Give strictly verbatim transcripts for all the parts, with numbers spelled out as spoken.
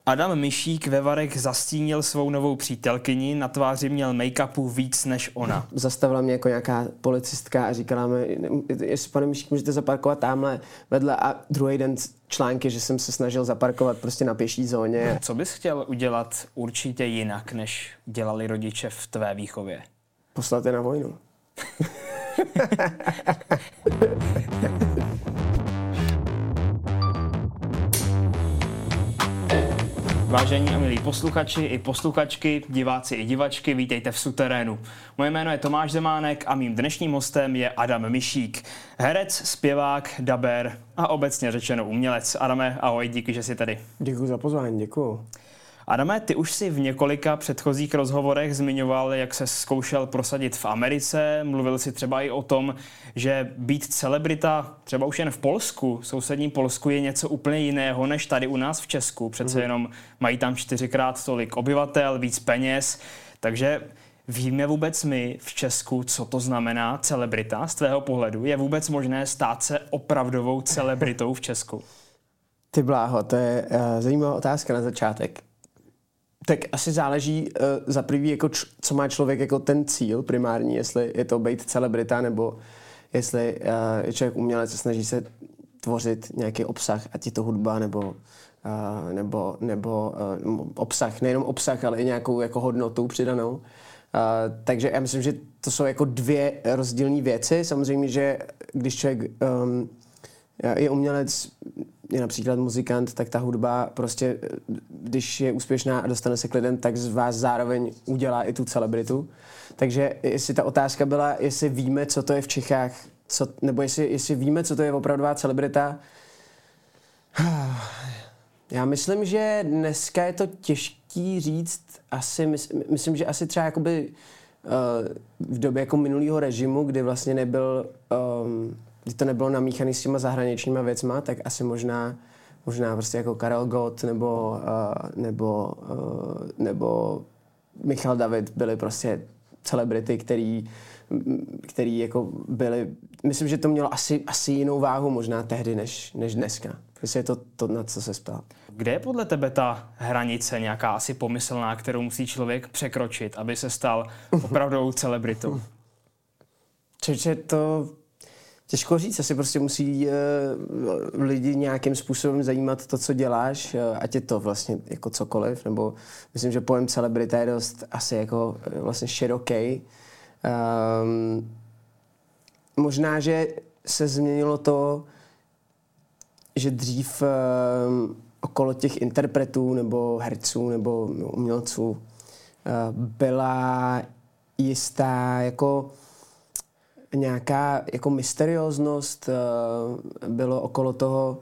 Adam Mišík ve Varech zastínil svou novou přítelkyni, na tváři měl make-upu víc než ona. Zastavila mě jako nějaká policistka a říkala mi, jestli pane Mišík, můžete zaparkovat tamhle vedle, a druhý den články, že jsem se snažil zaparkovat prostě na pěší zóně. Co bys chtěl udělat určitě jinak, než dělali rodiče v tvé výchově? Poslat je na vojnu. Vážení a milí posluchači i posluchačky, diváci i divačky, vítejte v Suterénu. Moje jméno je Tomáš Zemánek a mým dnešním hostem je Adam Mišík. Herec, zpěvák, dabér a obecně řečeno umělec. Adame, ahoj, díky, že jsi tady. Děkuji za pozvání, děkuji. Adame, ty už si v několika předchozích rozhovorech zmiňoval, jak se zkoušel prosadit v Americe. Mluvil si třeba i o tom, že být celebrita třeba už jen v Polsku, v sousedním Polsku, je něco úplně jiného než tady u nás v Česku. Přece mm-hmm. jenom mají tam čtyřikrát tolik obyvatel, víc peněz. Takže víme vůbec my v Česku, co to znamená celebrita z tvého pohledu? Je vůbec možné stát se opravdovou celebritou v Česku? Ty bláho, to je uh, zajímavá otázka na začátek. Tak asi záleží uh, za prvý, jako č- co má člověk jako ten cíl primární, jestli je to být celebrita, nebo jestli uh, je člověk umělec a snaží se tvořit nějaký obsah, ať je to hudba, nebo, uh, nebo, nebo uh, obsah, nejenom obsah, ale i nějakou jako hodnotu přidanou. Uh, takže já myslím, že to jsou jako dvě rozdílné věci. Samozřejmě, že když člověk um, je umělec, je například muzikant, tak ta hudba prostě, když je úspěšná a dostane se k lidem, tak z vás zároveň udělá i tu celebritu. Takže jestli ta otázka byla, jestli víme, co to je v Čechách, co, nebo jestli, jestli víme, co to je opravdová celebrita. Já myslím, že dneska je to těžký říct. Asi, myslím, myslím že asi třeba jakoby, uh, v době jako minulého režimu, kdy vlastně nebyl... Um, kdy to nebylo namíchané s těma zahraničníma věcma, tak asi možná, možná prostě jako Karel Gott nebo, uh, nebo, uh, nebo Michal David byli prostě celebrity, který, který jako byli, myslím, že to mělo asi, asi jinou váhu možná tehdy, než, než dneska. Protože je to to, na co se ptal. Kde je podle tebe ta hranice nějaká asi pomyslná, kterou musí člověk překročit, aby se stal opravdovou celebritou? Čeče, to... Těžko říct, asi prostě musí uh, lidi nějakým způsobem zajímat to, co děláš, uh, ať je to vlastně jako cokoliv, nebo myslím, že pojem celebrita je dost asi jako uh, vlastně široký. Um, možná, že se změnilo to, že dřív uh, okolo těch interpretů nebo herců nebo umělců uh, byla jistá jako nějaká jako mysterióznost, bylo okolo toho,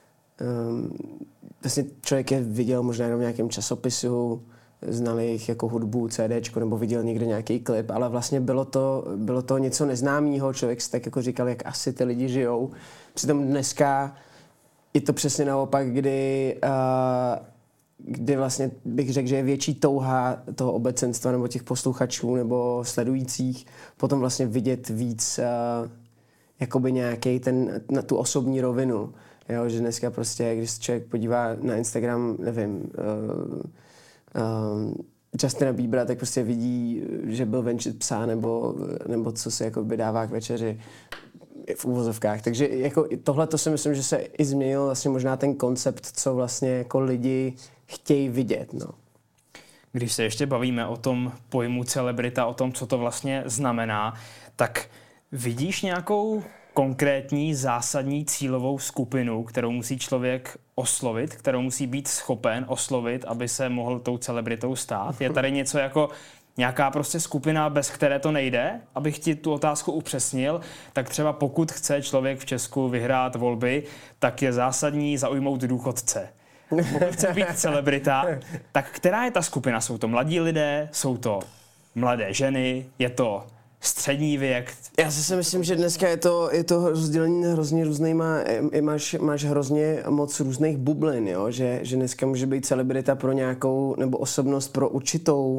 vlastně člověk je viděl možná jenom v nějakém časopisu, znal jejich jako hudbu, CDčko, nebo viděl někde nějaký klip, ale vlastně bylo to, bylo to něco neznámého, člověk si tak jako říkal, jak asi ty lidi žijou. Přitom dneska je to přesně naopak, kdy uh, kdy vlastně bych řekl, že je větší touha toho obecenstva nebo těch posluchačů nebo sledujících potom vlastně vidět víc uh, jakoby nějaký ten, na tu osobní rovinu. Jo, že dneska prostě, když se člověk podívá na Instagram, nevím, uh, uh, Justina Biebera, tak prostě vidí, že byl venčit psa nebo, nebo co se jakoby dává k večeři v úvozovkách. Takže jako tohle to si myslím, že se i změnil vlastně možná ten koncept, co vlastně jako lidi chtějí vidět, no. Když se ještě bavíme o tom pojmu celebrita, o tom, co to vlastně znamená, tak vidíš nějakou konkrétní zásadní cílovou skupinu, kterou musí člověk oslovit, kterou musí být schopen oslovit, aby se mohl tou celebritou stát? Je tady něco jako nějaká prostě skupina, bez které to nejde? Abych ti tu otázku upřesnil, tak třeba pokud chce člověk v Česku vyhrát volby, tak je zásadní zaujmout důchodce. Pokud chce být celebrita, tak která je ta skupina? Jsou to mladí lidé, jsou to mladé ženy, je to střední věk? Já si myslím, že dneska je to, je to rozdělení hrozně různýma, máš, máš hrozně moc různých bublin, jo? Že, že dneska může být celebrita pro nějakou, nebo osobnost pro určitou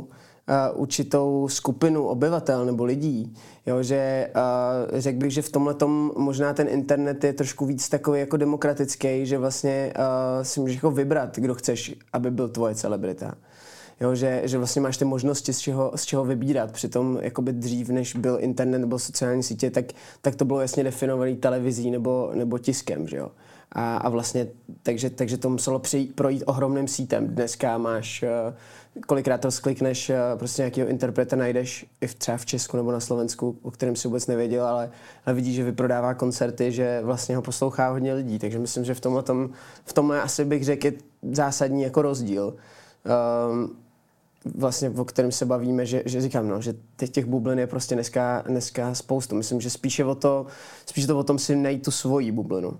uh, určitou skupinu obyvatel nebo lidí. Jo, že uh, řekl bych, že v tomhletom možná ten internet je trošku víc takový jako demokratický, že vlastně uh, si můžeš jako vybrat, kdo chceš, aby byl tvoje celebrita. Jo, že, že vlastně máš ty možnosti, z čeho, z čeho vybírat. Přitom jakoby dřív, než byl internet nebo sociální sítě, tak, tak to bylo jasně definovaný televizí nebo, nebo tiskem, že jo. A, a vlastně, takže, takže to muselo přijít, projít ohromným sítem. Dneska máš, kolikrát to sklikneš, prostě nějakého interpreta najdeš i v, třeba v Česku nebo na Slovensku, o kterém si vůbec nevěděl, ale, ale vidíš, že vyprodává koncerty, že vlastně ho poslouchá hodně lidí. Takže myslím, že v tomhle, tom, v tomhle asi bych řekl je zásadní jako rozdíl. Um, vlastně, o kterém se bavíme, že, že říkám, no, že těch, těch bublin je prostě dneska, dneska spoustu. Myslím, že spíše o to, spíše to o tom si najít tu svoji bublinu.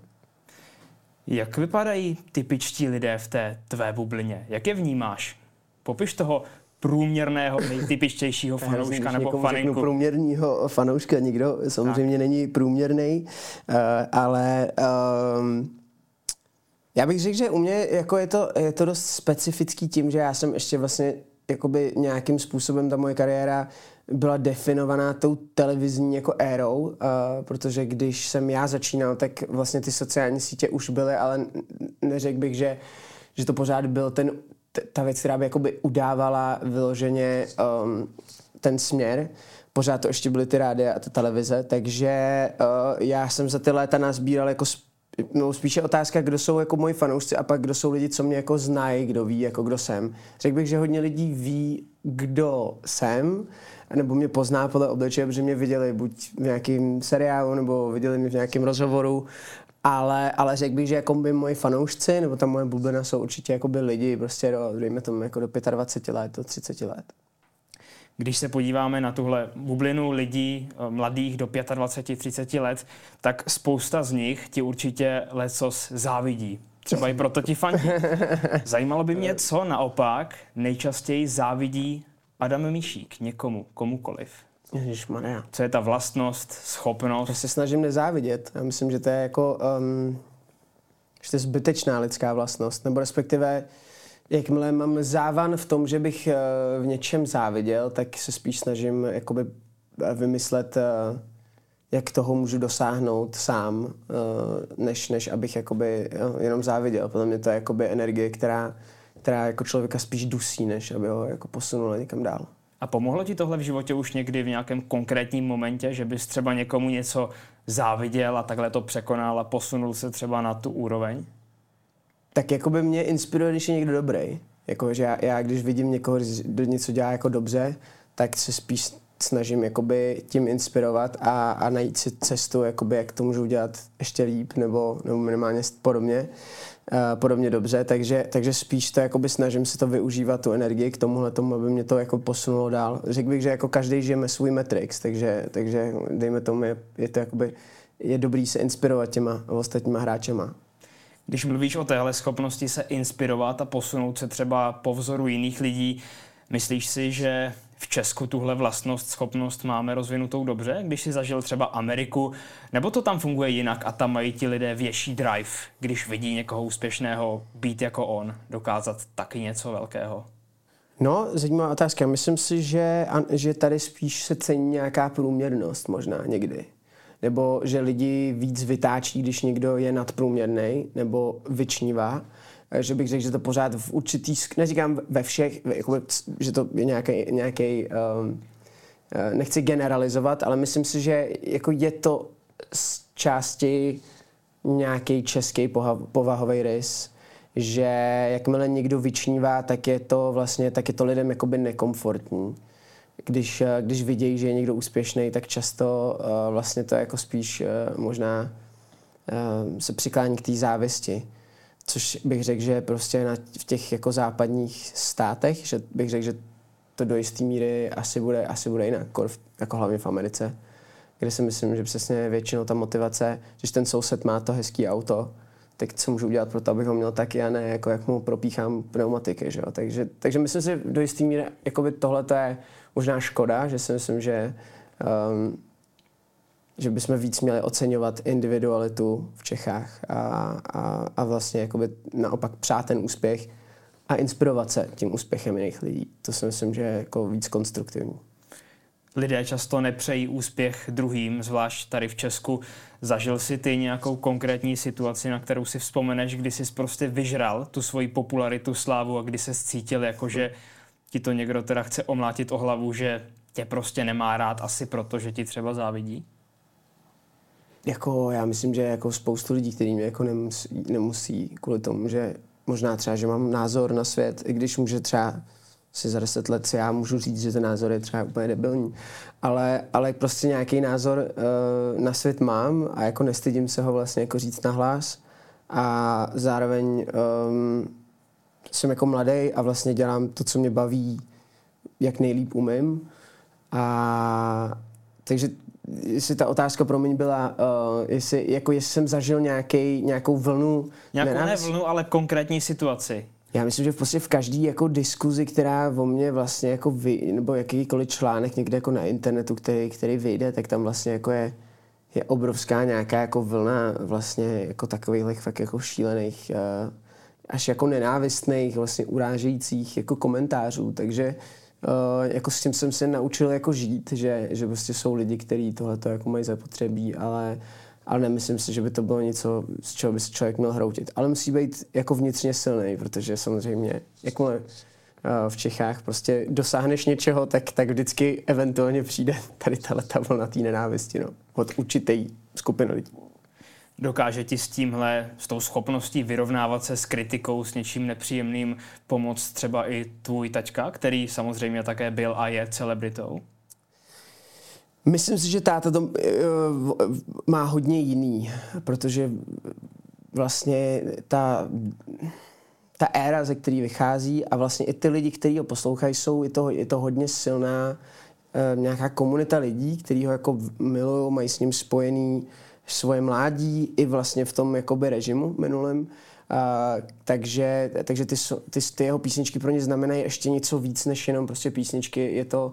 Jak vypadají typičtí lidé v té tvé bublině? Jak je vnímáš? Popiš toho průměrného, nejtypičtějšího fanouška nebo faninku. Průměrného fanouška nikdo samozřejmě tak není průměrný, uh, ale um, já bych řekl, že u mě jako je, to, je to dost specifický tím, že já jsem ještě vlastně jakoby nějakým způsobem ta moje kariéra byla definovaná tou televizní jako érou, uh, protože když jsem já začínal, tak vlastně ty sociální sítě už byly, ale neřekl bych, že, že to pořád byl ten, t- ta věc, která by jakoby udávala vyloženě um, ten směr. Pořád to ještě byly ty rádia a ta televize, takže uh, já jsem za ty léta nazbíral jako no, spíše otázka, kdo jsou jako moji fanoušci a pak kdo jsou lidi, co mě jako znají, kdo ví, jako kdo jsem. Řekl bych, že hodně lidí ví, kdo jsem, nebo mě pozná podle obličeje, protože mě viděli buď v nějakém seriálu, nebo viděli mě v nějakém rozhovoru, ale, ale řekl bych, že jako by moji fanoušci, nebo ta moje bublina jsou určitě jako by lidi, prostě do, dejme tomu jako do dvacet pět let, do třicet let. Když se podíváme na tuhle bublinu lidí mladých do dvacet pět třicet let, tak spousta z nich ti určitě lecos závidí. Třeba i proto ti fandí. Zajímalo by mě, co naopak nejčastěji závidí Adam Míšík někomu, komukoliv. Ježišmarja. Co je ta vlastnost, schopnost? Já se snažím nezávidět. Já myslím, že to je jako um, že to je zbytečná lidská vlastnost, nebo respektive jakmile mám závan v tom, že bych uh, v něčem záviděl, tak se spíš snažím jakoby vymyslet, uh, jak toho můžu dosáhnout sám, uh, než, než abych jakoby uh, jenom záviděl. Podle mě to je jakoby energie, která, která jako člověka spíš dusí, než aby ho jako posunula někam dál. A pomohlo ti tohle v životě už někdy v nějakém konkrétním momentě, že bys třeba někomu něco záviděl a takhle to překonal a posunul se třeba na tu úroveň? Tak jakoby mě inspiruje, když je někdo dobrý. Jako, že já, já když vidím někoho, kdo něco dělá jako dobře, tak se spíš snažím jakoby tím inspirovat a, a najít si cestu, jakoby, jak to můžu udělat ještě líp nebo, nebo minimálně podobně, uh, podobně dobře. Takže, takže spíš to jakoby snažím si to využívat, tu energii k tomuhle tomu, aby mě to jako posunulo dál. Řekl bych, že jako každý žijeme svůj Matrix, takže, takže dejme tomu, je, je to jakoby, je dobrý se inspirovat těma ostatníma hráčema. Když mluvíš o téhle schopnosti se inspirovat a posunout se třeba po vzoru jiných lidí, myslíš si, že v Česku tuhle vlastnost, schopnost máme rozvinutou dobře, když si zažil třeba Ameriku, nebo to tam funguje jinak a tam mají ti lidé větší drive, když vidí někoho úspěšného být jako on, dokázat taky něco velkého? No, zajímavá otázka. Myslím si, že, že tady spíš se cení nějaká průměrnost možná někdy. Nebo že lidi víc vytáčí, když někdo je nadprůměrný nebo vyčnívá. Že bych řekl, že to pořád v určitý, neříkám ve všech, jako, že to je nějaký, nějaký um, nechci generalizovat, ale myslím si, že jako je to z části nějaký český povahový rys, že jakmile někdo vyčnívá, tak je to vlastně, tak je to lidem jakoby nekomfortní. Když, když vidějí, že je někdo úspěšný, tak často uh, vlastně to jako spíš uh, možná uh, se přiklání k té závisti. Což bych řekl, že prostě na, v těch jako západních státech, že bych řekl, že to do jisté míry asi bude, asi bude jinak, jako hlavně v Americe, kde si myslím, že přesně většinou ta motivace, že ten soused má to hezký auto, tak co můžu udělat pro to, abych ho měl taky a ne jako jak mu propíchám pneumatiky, že jo. Takže, takže myslím si, že do jisté míry jakoby tohle je možná škoda, že si myslím, že um, že bychom víc měli oceňovat individualitu v Čechách a, a, a vlastně jakoby naopak přát ten úspěch a inspirovat se tím úspěchem jiných lidí. To si myslím, že je jako víc konstruktivní. Lidé často nepřejí úspěch druhým, zvlášť tady v Česku. Zažil jsi ty nějakou konkrétní situaci, na kterou si vzpomeneš, kdy jsi prostě vyžral tu svoji popularitu, slávu a kdy se cítil, jako že ti to někdo teda chce omlátit o hlavu, že tě prostě nemá rád asi proto, že ti třeba závidí? Jako já myslím, že jako spoustu lidí, kteří mě jako nemusí, nemusí kvůli tomu, že možná třeba, že mám názor na svět, i když může třeba si za deset let si já můžu říct, že ten názor je třeba úplně debilní, ale, ale prostě nějaký názor uh, na svět mám a jako nestydím se ho vlastně jako říct nahlas a zároveň um, jsem jako mladý a vlastně dělám to, co mě baví, jak nejlíp umím. A takže jestli ta otázka pro mě byla, uh, jestli, jako jestli jsem zažil nějaký, nějakou vlnu... Nějakou nenávist... ne vlnu, ale konkrétní situaci. Já myslím, že v podstatě v každý jako diskuzi, která o mě vlastně jako vy, nebo jakýkoliv článek někde jako na internetu, který, který vyjde, tak tam vlastně jako je, je obrovská nějaká jako vlna vlastně jako takových fakt jako šílených, uh, až jako nenávistných, vlastně urážejících jako komentářů, takže uh, jako s tím jsem se naučil jako žít, že, že prostě jsou lidi, kteří tohleto jako mají zapotřebí, ale ale nemyslím si, že by to bylo něco, z čeho by se člověk měl hroutit. Ale musí být jako vnitřně silný, protože samozřejmě, jakmile v Čechách prostě dosáhneš něčeho, tak, tak vždycky eventuálně přijde tady ta vlna té nenávisti, no, od určitý skupiny lidí. Dokáže ti s tímhle, s tou schopností vyrovnávat se s kritikou, s něčím nepříjemným pomoct třeba i tvůj taťka, který samozřejmě také byl a je celebritou? Myslím si, že táta to uh, má hodně jiný, protože vlastně ta, ta éra, ze který vychází a vlastně i ty lidi, kteří ho poslouchají, jsou, je to, je to hodně silná uh, nějaká komunita lidí, kteří ho jako milují, mají s ním spojený svoje mládí i vlastně v tom jakoby režimu minulém. Uh, takže takže ty, ty, ty jeho písničky pro ně znamenají ještě něco víc než jenom prostě písničky. Je to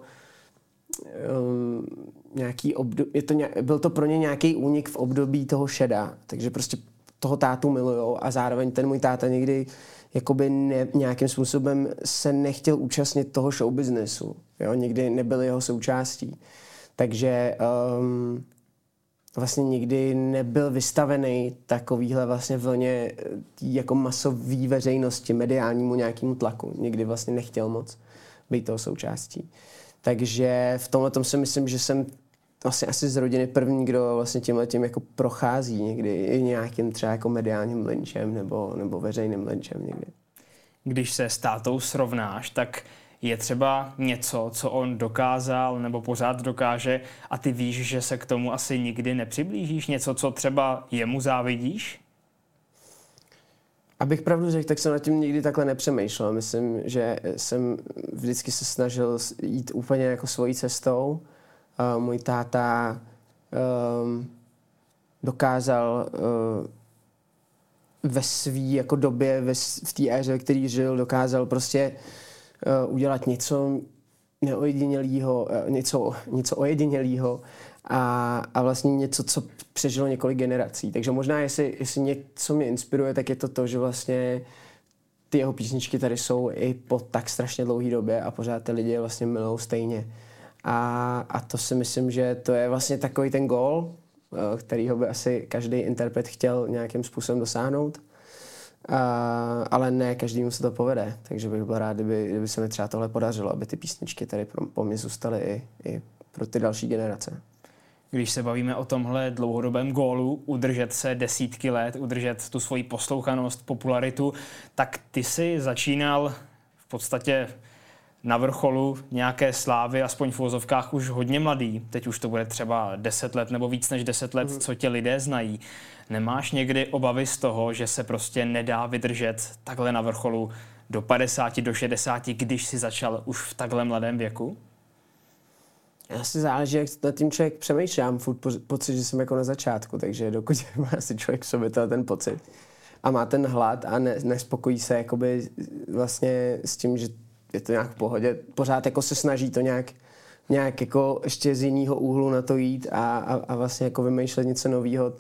Um, nějaký období, je to ně, byl to pro ně nějaký únik v období toho šeda, takže prostě toho tátu milujou a zároveň ten můj táta někdy jakoby ne, nějakým způsobem se nechtěl účastnit toho showbiznesu, jo, nikdy nebyl jeho součástí, takže um, vlastně nikdy nebyl vystavený takovýhle vlastně vlně jako masový veřejnosti, mediálnímu nějakému tlaku, nikdy vlastně nechtěl moc být toho součástí. Takže v tomhle tom si myslím, že jsem vlastně asi z rodiny první, kdo vlastně tímhletím jako prochází někdy i nějakým třeba jako mediálním lynčem nebo, nebo veřejným lynčem někdy. Když se s tátou srovnáš, tak je třeba něco, co on dokázal nebo pořád dokáže a ty víš, že se k tomu asi nikdy nepřiblížíš? Něco, co třeba jemu závidíš? Abych pravdu řekl, tak jsem nad tím nikdy takhle nepřemýšlel. Myslím, že jsem vždycky se snažil jít úplně jako svojí cestou. Uh, můj táta um, dokázal uh, ve svý jako době, ve, v té éře, ve který žil, dokázal prostě uh, udělat něco neojedinělýho, uh, něco, něco ojedinělýho a, a vlastně něco, co přežilo několik generací. Takže možná, jestli, jestli něco mě inspiruje, tak je to to, že vlastně ty jeho písničky tady jsou i po tak strašně dlouhé době a pořád ty lidi vlastně milujou stejně. A, a to si myslím, že to je vlastně takový ten gól, kterýho by asi každý interpret chtěl nějakým způsobem dosáhnout. A, ale ne každému se to povede, takže bych byl rád, kdyby, kdyby se mi třeba tohle podařilo, aby ty písničky tady pro, po mně zůstaly i, i pro ty další generace. Když se bavíme o tomhle dlouhodobém gólu, udržet se desítky let, udržet tu svoji poslouchanost, popularitu, tak ty jsi začínal v podstatě na vrcholu nějaké slávy, aspoň v uvozovkách už hodně mladý. Teď už to bude třeba deset let nebo víc než deset let, co tě lidé znají. Nemáš někdy obavy z toho, že se prostě nedá vydržet takhle na vrcholu do padesáti, do šedesáti, když jsi začal už v takhle mladém věku? Asi záleží, jak nad tím člověk přemýšlí. Já mám furt pocit, že jsem jako na začátku, takže dokud má asi člověk v sobě ten pocit a má ten hlad a ne, nespokojí se jakoby vlastně s tím, že je to nějak v pohodě, pořád jako se snaží to nějak, nějak jako ještě z jiného úhlu na to jít a, a, a vlastně jako vymýšlet něco nového,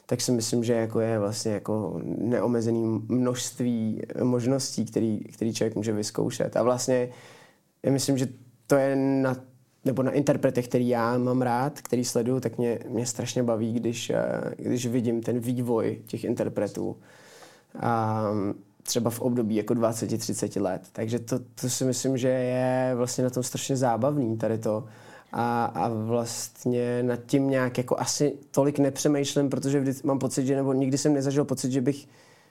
tak si myslím, že jako je vlastně jako neomezený množství možností, který, který člověk může vyzkoušet. A vlastně já myslím, že to je na, nebo na interpretech, který já mám rád, který sleduju, tak mě, mě strašně baví, když, když vidím ten vývoj těch interpretů. A třeba v období jako dvacet třicet let. Takže to, to si myslím, že je vlastně na tom strašně zábavný tady to. A, a vlastně nad tím nějak jako asi tolik nepřemýšlím, protože vždy mám pocit, že nebo nikdy jsem nezažil pocit, že bych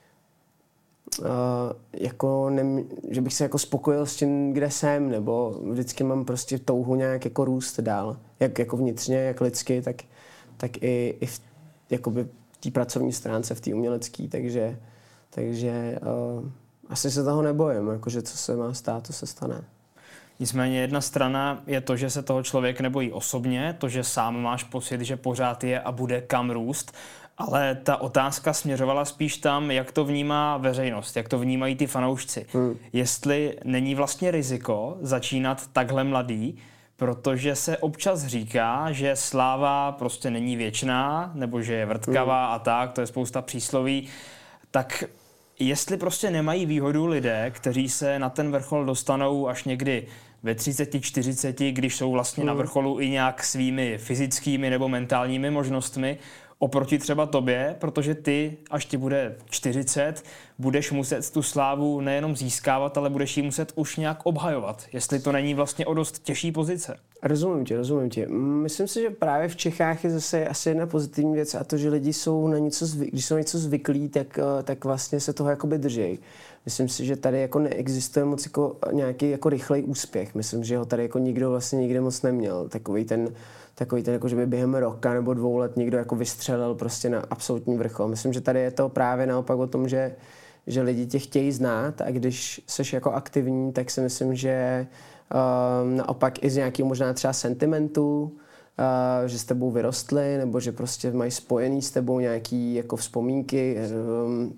uh, jako ne, že bych se jako spokojil s tím, kde jsem, nebo vždycky mám prostě touhu nějak jako růst dál. Jak jako vnitřně, jak lidsky, tak, tak i, i v jakoby té pracovní stránce, v té umělecké, takže takže uh, asi se toho nebojím, jakože co se má stát, to se stane. Nicméně jedna strana je to, že se toho člověk nebojí osobně, to, že sám máš pocit, že pořád je a bude kam růst, ale ta otázka směřovala spíš tam, jak to vnímá veřejnost, jak to vnímají ty fanoušci. Hmm. Jestli není vlastně riziko začínat takhle mladý, protože se občas říká, že sláva prostě není věčná, nebo že je vrtkavá hmm. a tak, to je spousta přísloví, tak jestli prostě nemají výhodu lidé, kteří se na ten vrchol dostanou až někdy ve třiceti, čtyřiceti, když jsou vlastně mm. na vrcholu i nějak svými fyzickými nebo mentálními možnostmi, oproti třeba tobě, protože ty, až ti bude čtyřicet, budeš muset tu slávu nejenom získávat, ale budeš ji muset už nějak obhajovat. Jestli to není vlastně o dost těžší pozice. Rozumím tě, rozumím tě. Myslím si, že právě v Čechách je zase asi jedna pozitivní věc a to, že lidi jsou na něco zvyklí, když jsou na něco zvyklí, tak, tak vlastně se toho jakoby držej. Myslím si, že tady jako neexistuje moc jako nějaký jako rychlej úspěch. Myslím, že ho tady jako nikdo vlastně nikdy moc neměl. Takový ten, takový ten jako, že by během roka nebo dvou let někdo jako vystřelil prostě na absolutní vrchol. Myslím, že tady je to právě naopak o tom, že, že lidi tě chtějí znát a když seš jako aktivní, tak si myslím, že Um, naopak i z nějakého možná třeba sentimentu, uh, že s tebou vyrostli, nebo že prostě mají spojený s tebou nějaký jako vzpomínky um,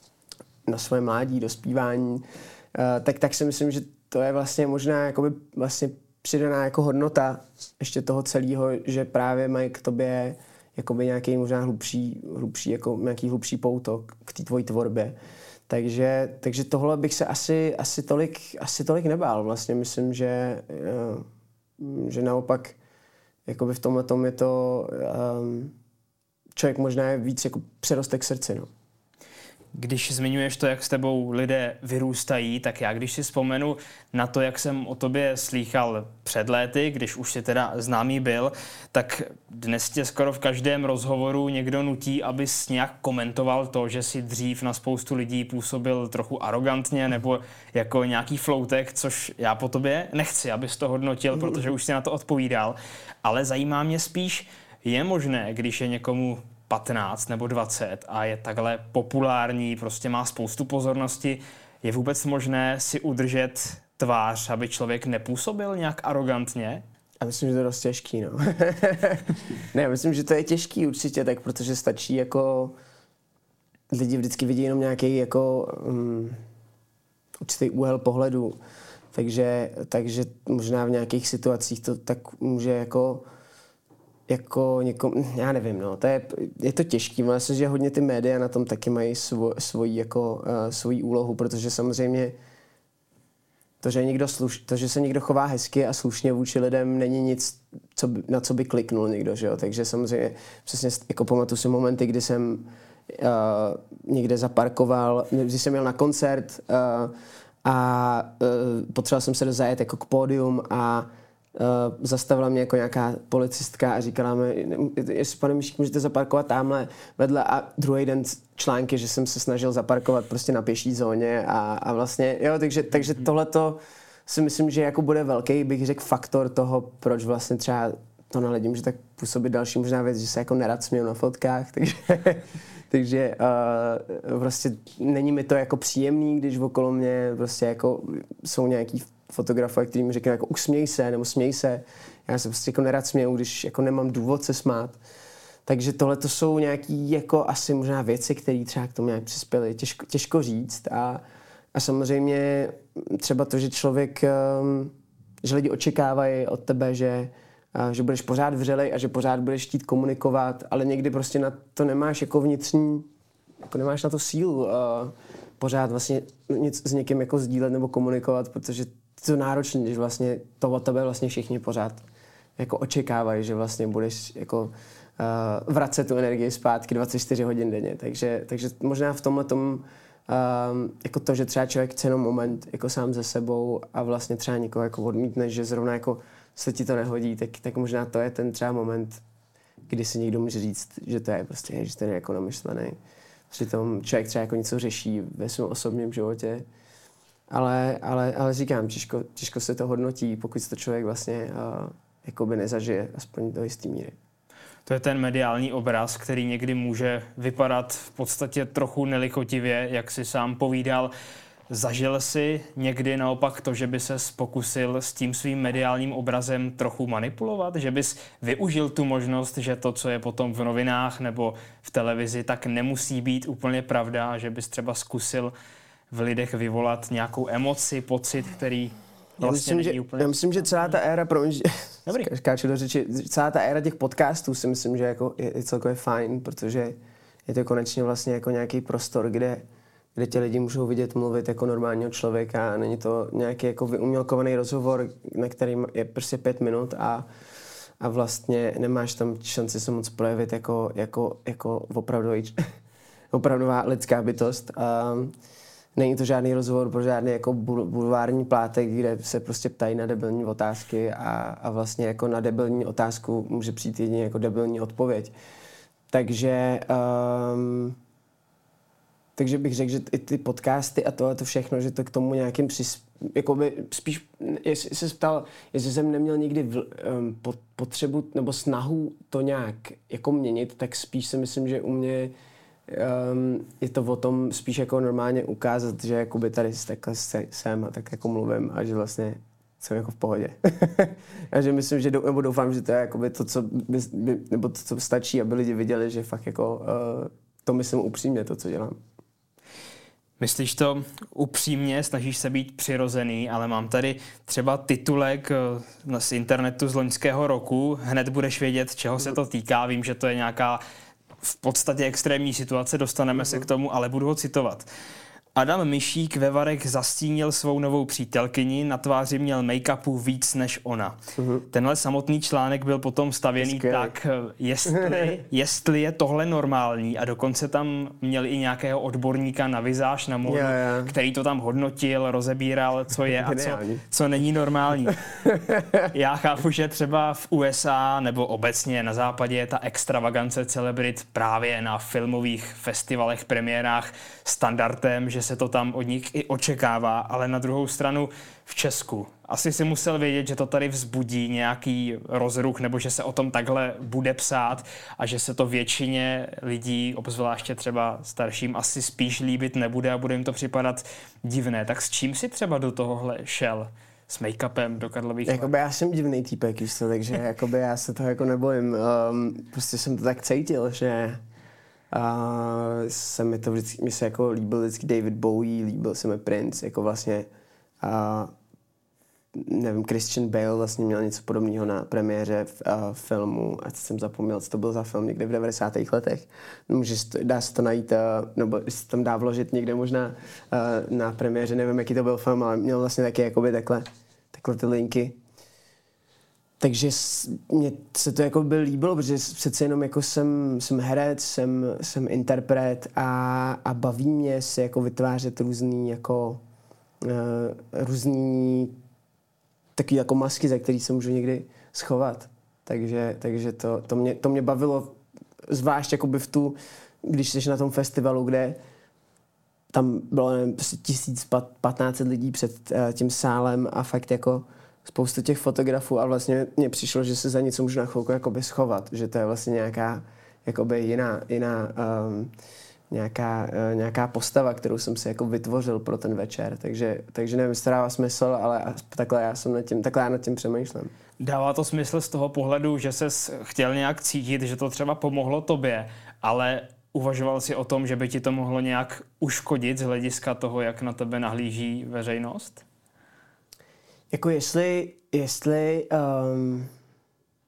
na svoje mládí, dospívání, uh, tak, tak si myslím, že to je vlastně možná jakoby vlastně přidaná jako hodnota ještě toho celého, že právě mají k tobě jakoby nějaký možná hlubší, hlubší, jako nějaký hlubší pouto k té tvojí tvorbě. Takže, takže tohle bych se asi, asi, tolik, asi tolik nebál. Vlastně myslím, že, že naopak jakoby v tomhle tom je to um, člověk možná je víc jako přeroste k srdci. No. Když zmiňuješ to, jak s tebou lidé vyrůstají, tak já když si vzpomenu na to, jak jsem o tobě slýchal před léty, když už si teda známý byl, tak dnes tě skoro v každém rozhovoru někdo nutí, abys nějak komentoval to, že si dřív na spoustu lidí působil trochu arrogantně nebo jako nějaký floutek, což já po tobě nechci, abys to hodnotil, protože už si na to odpovídal. Ale zajímá mě spíš, je možné, když je někomu patnáct nebo dvacet a je takhle populární, prostě má spoustu pozornosti, je vůbec možné si udržet tvář, aby člověk nepůsobil nějak arrogantně? A myslím, že to je dost těžký, no. Ne, myslím, že to je těžký určitě, tak protože stačí jako lidi vždycky vidí jenom nějaký jako um, určitý úhel pohledu, takže, takže možná v nějakých situacích to tak může jako jako někom, já nevím, no, to je, je to těžký, myslím, že hodně ty média na tom taky mají svo, svoji, jako, uh, svoji úlohu, protože samozřejmě to že, někdo sluš, to, že se někdo chová hezky a slušně vůči lidem, není nic, co by, na co by kliknul někdo, že jo, takže samozřejmě přesně jako pamatuju si momenty, kdy jsem uh, někde zaparkoval, když jsem jel na koncert uh, a uh, potřeboval jsem se zajet jako k pódium a Uh, zastavila mě jako nějaká policistka a říkala mi, jestli pane Mišík, můžete zaparkovat tamhle vedle a druhý den články, že jsem se snažil zaparkovat prostě na pěší zóně a, a vlastně, jo, takže, takže tohleto si myslím, že jako bude velký, bych řekl, faktor toho, proč vlastně třeba to na lidi může tak působit další možná věc, že se jako nerad směju na fotkách, takže, takže uh, prostě není mi to jako příjemný, když okolo mě prostě jako jsou nějaký fotografové, který mi řekne jako usměj se nebo směj se. Já se prostě jako nerad směju, když jako nemám důvod se smát. Takže tohle to jsou nějaký jako asi možná věci, které třeba k tomu nějak přispěly. Těžko, těžko říct a, a samozřejmě třeba to, že člověk, um, že lidi očekávají od tebe, že a že budeš pořád vřelej a že pořád budeš chtít komunikovat, ale někdy prostě na to nemáš jako vnitřní, jako nemáš na to sílu a pořád vlastně nic s někým jako sdílet nebo komunikovat, protože to je náročné, když vlastně to od tebe vlastně všichni pořád jako očekávají, že vlastně budeš jako uh, vracet tu energii zpátky dvacet čtyři hodin denně. Takže, takže možná v tomhle tom, um, jako to, že třeba člověk chce jenom moment jako sám ze sebou a vlastně třeba někoho jako odmítne, že zrovna jako se ti to nehodí, tak, tak možná to je ten třeba moment, kdy si někdo může říct, že to je prostě, že ten je jako namyšlený. Přitom člověk třeba jako něco řeší ve svém osobním životě, ale, ale, ale říkám, těžko, těžko se to hodnotí, pokud to člověk vlastně uh, jakoby nezažije, aspoň do jistý míry. To je ten mediální obraz, který někdy může vypadat v podstatě trochu nelichotivě, jak si sám povídal. Zažil jsi někdy naopak to, že by ses pokusil s tím svým mediálním obrazem trochu manipulovat? Že bys využil tu možnost, že to, co je potom v novinách nebo v televizi, tak nemusí být úplně pravda a že bys třeba zkusil v lidech vyvolat nějakou emoci, pocit, který vlastně já myslím, není že, úplně... Já myslím, že celá ta éra, pro mě, skáču do řeči, celá ta éra těch podcastů si myslím, že jako je, je celkově fajn, protože je to konečně vlastně jako nějaký prostor, kde kde ti lidi můžou vidět, mluvit jako normálního člověka a není to nějaký jako vyumělkovaný rozhovor, na kterým je prostě pět minut a, a vlastně nemáš tam šanci se moc projevit jako, jako, jako opravdový, opravdová lidská bytost. A není to žádný rozhovor pro žádný jako bulvární plátek, kde se prostě ptají na debilní otázky a, a vlastně jako na debilní otázku může přijít jedině jako debilní odpověď. Takže um, Takže bych řekl, že i ty podcasty a tohle to všechno, že to k tomu nějakým přis, jakoby spíš, jestli se ptal, jestli jsem neměl nikdy v, um, potřebu nebo snahu to nějak jako měnit, tak spíš si myslím, že u mě um, je to o tom spíš jako normálně ukázat, že jakoby tady takhle jsem a tak jako mluvím a že vlastně jsem jako v pohodě. A že myslím, že nebo doufám, že to je jakoby to, co by, by, nebo to, co stačí, aby lidi viděli, že fakt jako uh, to myslím upřímně, to, co dělám. Myslíš to upřímně, snažíš se být přirozený, ale mám tady třeba titulek z internetu z loňského roku. Hned budeš vědět, čeho se to týká. Vím, že to je nějaká v podstatě extrémní situace, dostaneme se k tomu, ale budu ho citovat. Adam Myšík ve Varech zastínil svou novou přítelkyni, na tváři měl make-upu víc než ona. Uh-huh. Tenhle samotný článek byl potom stavěný Skvělý. tak, jestli, jestli je tohle normální a dokonce tam měli i nějakého odborníka na vizáž, na módu, yeah, yeah. který to tam hodnotil, rozebíral, co je a co, co není normální. Já chápu, že třeba v U S A nebo obecně na západě je ta extravagance celebrit právě na filmových festivalech, premiérách standardem, že se to tam od nich i očekává, ale na druhou stranu v Česku. Asi si musel vědět, že to tady vzbudí nějaký rozruch, nebo že se o tom takhle bude psát a že se to většině lidí, obzvláště třeba starším, asi spíš líbit nebude a bude jim to připadat divné. Tak s čím si třeba do tohohle šel? S make-upem do Karlových? Jakoby já jsem divný týpek, víš to, takže jakoby já se toho jako nebojím. Um, prostě jsem to tak cítil, že a se mi to vždycky, mi se jako líbil vždycky David Bowie, líbil se mi Prince, jako vlastně a nevím, Christian Bale vlastně měl něco podobného na premiéře v, a, filmu, a jsem zapomněl, co to byl za film, někde v devadesátých letech. Může, dá se to najít, a, nebo se tam dá vložit někde možná a, na premiéře, nevím, jaký to byl film, ale měl vlastně taky jakoby takhle, takhle ty linky. Takže mně se to jako by líbilo, protože přece jenom jako jsem, jsem herec, jsem, jsem interpret a, a baví mě se jako vytvářet různý jako uh, různý takový jako masky, za který se můžu někdy schovat. Takže, takže to, to, mě, to mě bavilo zvlášť jakoby v tu, když jsi na tom festivalu, kde tam bylo nevím, tisíc patnáct lidí před uh, tím sálem a fakt jako spoustu těch fotografů a vlastně mně přišlo, že se za něco můžu na chvilku jakoby schovat, že to je vlastně nějaká jakoby jiná, jiná um, nějaká, uh, nějaká postava, kterou jsem si jako vytvořil pro ten večer, takže, takže nevím, jestli to dává smysl, ale takhle já jsem nad tím, takhle já nad tím přemýšlím. Dává to smysl z toho pohledu, že ses chtěl nějak cítit, že to třeba pomohlo tobě, ale uvažoval jsi o tom, že by ti to mohlo nějak uškodit z hlediska toho, jak na tebe nahlíží veřejnost? Jako jestli, jestli, um,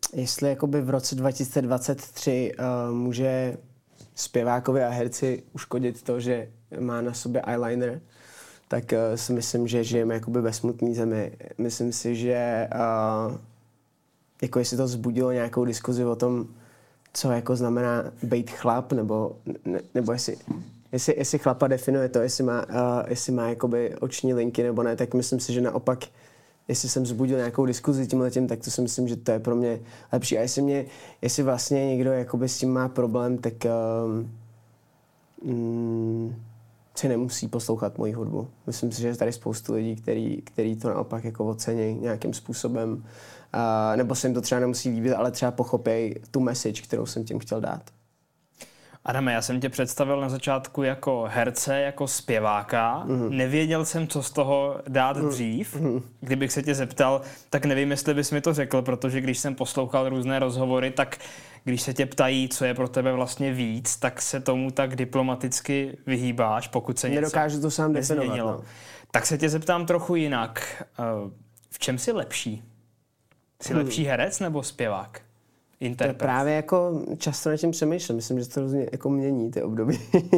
jestli jakoby v roce dva tisíce dvacet tři uh, může zpěvákovi a herci uškodit to, že má na sobě eyeliner, tak uh, si myslím, že žijeme jakoby ve smutné zemi. Myslím si, že uh, jako jestli to vzbudilo nějakou diskuzi o tom, co jako znamená být chlap, nebo, ne, nebo jestli, jestli, jestli chlapa definuje to, jestli má, uh, jestli má jakoby oční linky nebo ne, tak myslím si, že naopak, jestli jsem vzbudil nějakou diskuzi tímhletím, tak to si myslím, že to je pro mě lepší. A jestli, mě, jestli vlastně někdo jakoby s tím má problém, tak uh, mm, si nemusí poslouchat moji hudbu. Myslím si, že je tady spoustu lidí, který, který to naopak jako ocení nějakým způsobem. Uh, nebo se jim to třeba nemusí líbit, ale třeba pochopěj tu message, kterou jsem tím chtěl dát. Adame, já jsem tě představil na začátku jako herce, jako zpěváka. Mm. Nevěděl jsem, co z toho dát mm. dřív. Mm. Kdybych se tě zeptal, tak nevím, jestli bys mi to řekl, protože když jsem poslouchal různé rozhovory, tak když se tě ptají, co je pro tebe vlastně víc, tak se tomu tak diplomaticky vyhýbáš, pokud se něco nedokážu to sám definovat. No. Tak se tě zeptám trochu jinak. V čem jsi lepší? Jsi mm. lepší herec nebo zpěvák? Interpret. To právě jako často nad tím přemýšlím. Myslím, že to různě jako mění ty období. uh,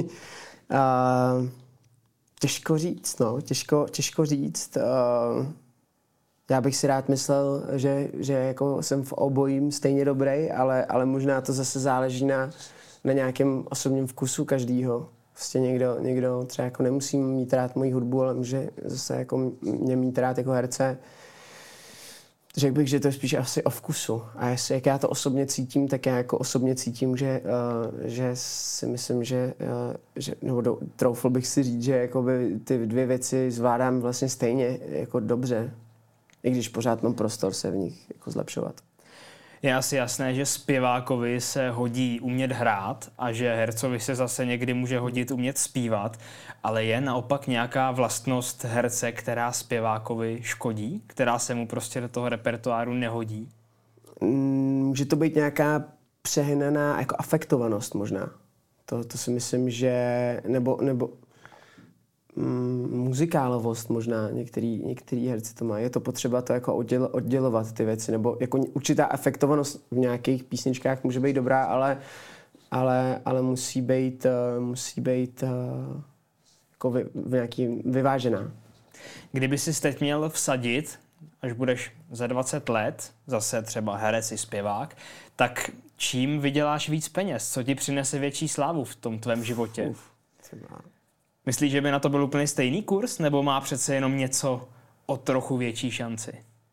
těžko říct, no. Těžko, těžko říct. Uh, já bych si rád myslel, že, že jako jsem v obojím stejně dobrý, ale, ale možná to zase záleží na, na nějakém osobním vkusu každýho. Prostě někdo, někdo třeba jako nemusí mít rád moji hudbu, ale může zase jako mě mít rád jako herce. Řekl bych, že to je spíš asi o vkusu. A jestli, jak já to osobně cítím, tak já jako osobně cítím, že, uh, že si myslím, že, uh, že nebo do, troufl bych si říct, že jakoby ty dvě věci zvládám vlastně stejně jako dobře. I když pořád mám prostor se v nich jako zlepšovat. Je asi jasné, že zpěvákovi se hodí umět hrát a že hercovi se zase někdy může hodit umět zpívat, ale je naopak nějaká vlastnost herce, která zpěvákovi škodí, která se mu prostě do toho repertoáru nehodí? Může to být nějaká přehnaná jako afektovanost možná. To, to si myslím, že nebo, nebo mm, muzikálovost možná, některý, některý herci to mají. Je to potřeba to jako odděl, oddělovat ty věci, nebo jako určitá afektovanost v nějakých písničkách může být dobrá, ale, ale, ale musí být, uh, musí být uh, jako vy, nějaký vyvážená. Kdyby jsi teď měl vsadit, až budeš za dvacet let, zase třeba herec i zpěvák, tak čím vyděláš víc peněz? Co ti přinese větší slávu v tom tvém životě? Uf, třeba... Myslíš, že by na to byl úplně stejný kurz, nebo má přece jenom něco o trochu větší šanci?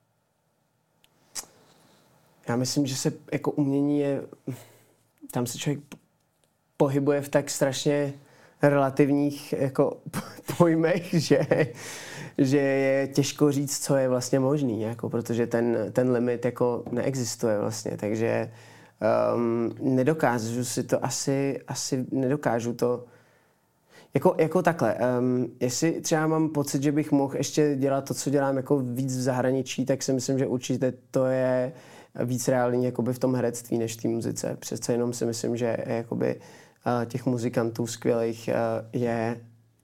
Já myslím, že se jako umění je... Tam se člověk pohybuje v tak strašně relativních jako pojmech, že, že je těžko říct, co je vlastně možný, jako, protože ten, ten limit jako neexistuje vlastně, takže um, nedokážu si to asi, asi nedokážu to Jako, jako takhle, um, jestli třeba mám pocit, že bych mohl ještě dělat to, co dělám jako víc v zahraničí, tak si myslím, že určitě to je víc reálný jakoby v tom herectví než v té muzice. Přece jenom si myslím, že jakoby, uh, těch muzikantů skvělých uh, je,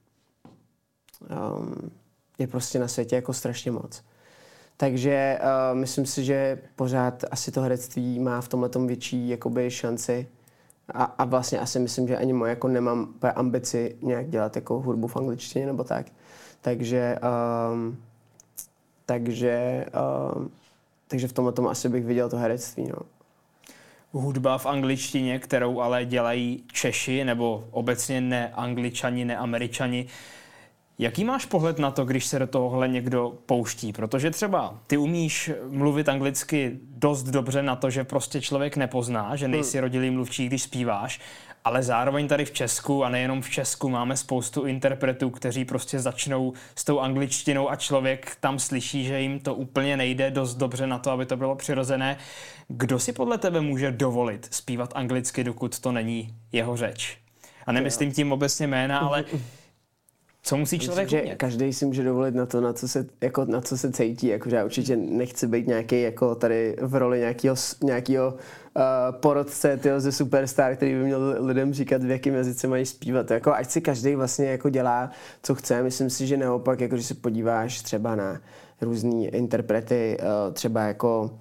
um, je prostě na světě jako strašně moc. Takže uh, myslím si, že pořád asi to herectví má v tomhletom větší jakoby šanci. A, a vlastně asi myslím, že ani moje jako nemám ambici nějak dělat jako hudbu v angličtině nebo tak. Takže, um, takže, um, takže v tomhle tomu asi bych viděl to herectví. No. Hudba v angličtině, kterou ale dělají Češi nebo obecně ne-Angličani, ne-Američani. Jaký máš pohled na to, když se do tohohle někdo pouští? Protože třeba ty umíš mluvit anglicky dost dobře na to, že prostě člověk nepozná, že nejsi rodilý mluvčí, když zpíváš, ale zároveň tady v Česku a nejenom v Česku máme spoustu interpretů, kteří prostě začnou s tou angličtinou a člověk tam slyší, že jim to úplně nejde dost dobře na to, aby to bylo přirozené. Kdo si podle tebe může dovolit zpívat anglicky, dokud to není jeho řeč? A nemyslím tím obecně jména, ale... Co musí člověk Myslím, umět? Že každý si může dovolit na to, na co se, jako, na co se cítí. Jakože já určitě nechci být nějaký jako tady v roli nějakého, nějakého uh, porodce tyjo, ze Superstar, který by měl lidem říkat, v jakém jazyce mají zpívat. Jako, ať si každý vlastně jako dělá, co chce. Myslím si, že naopak, jako, že se podíváš třeba na různý interprety, uh, třeba jako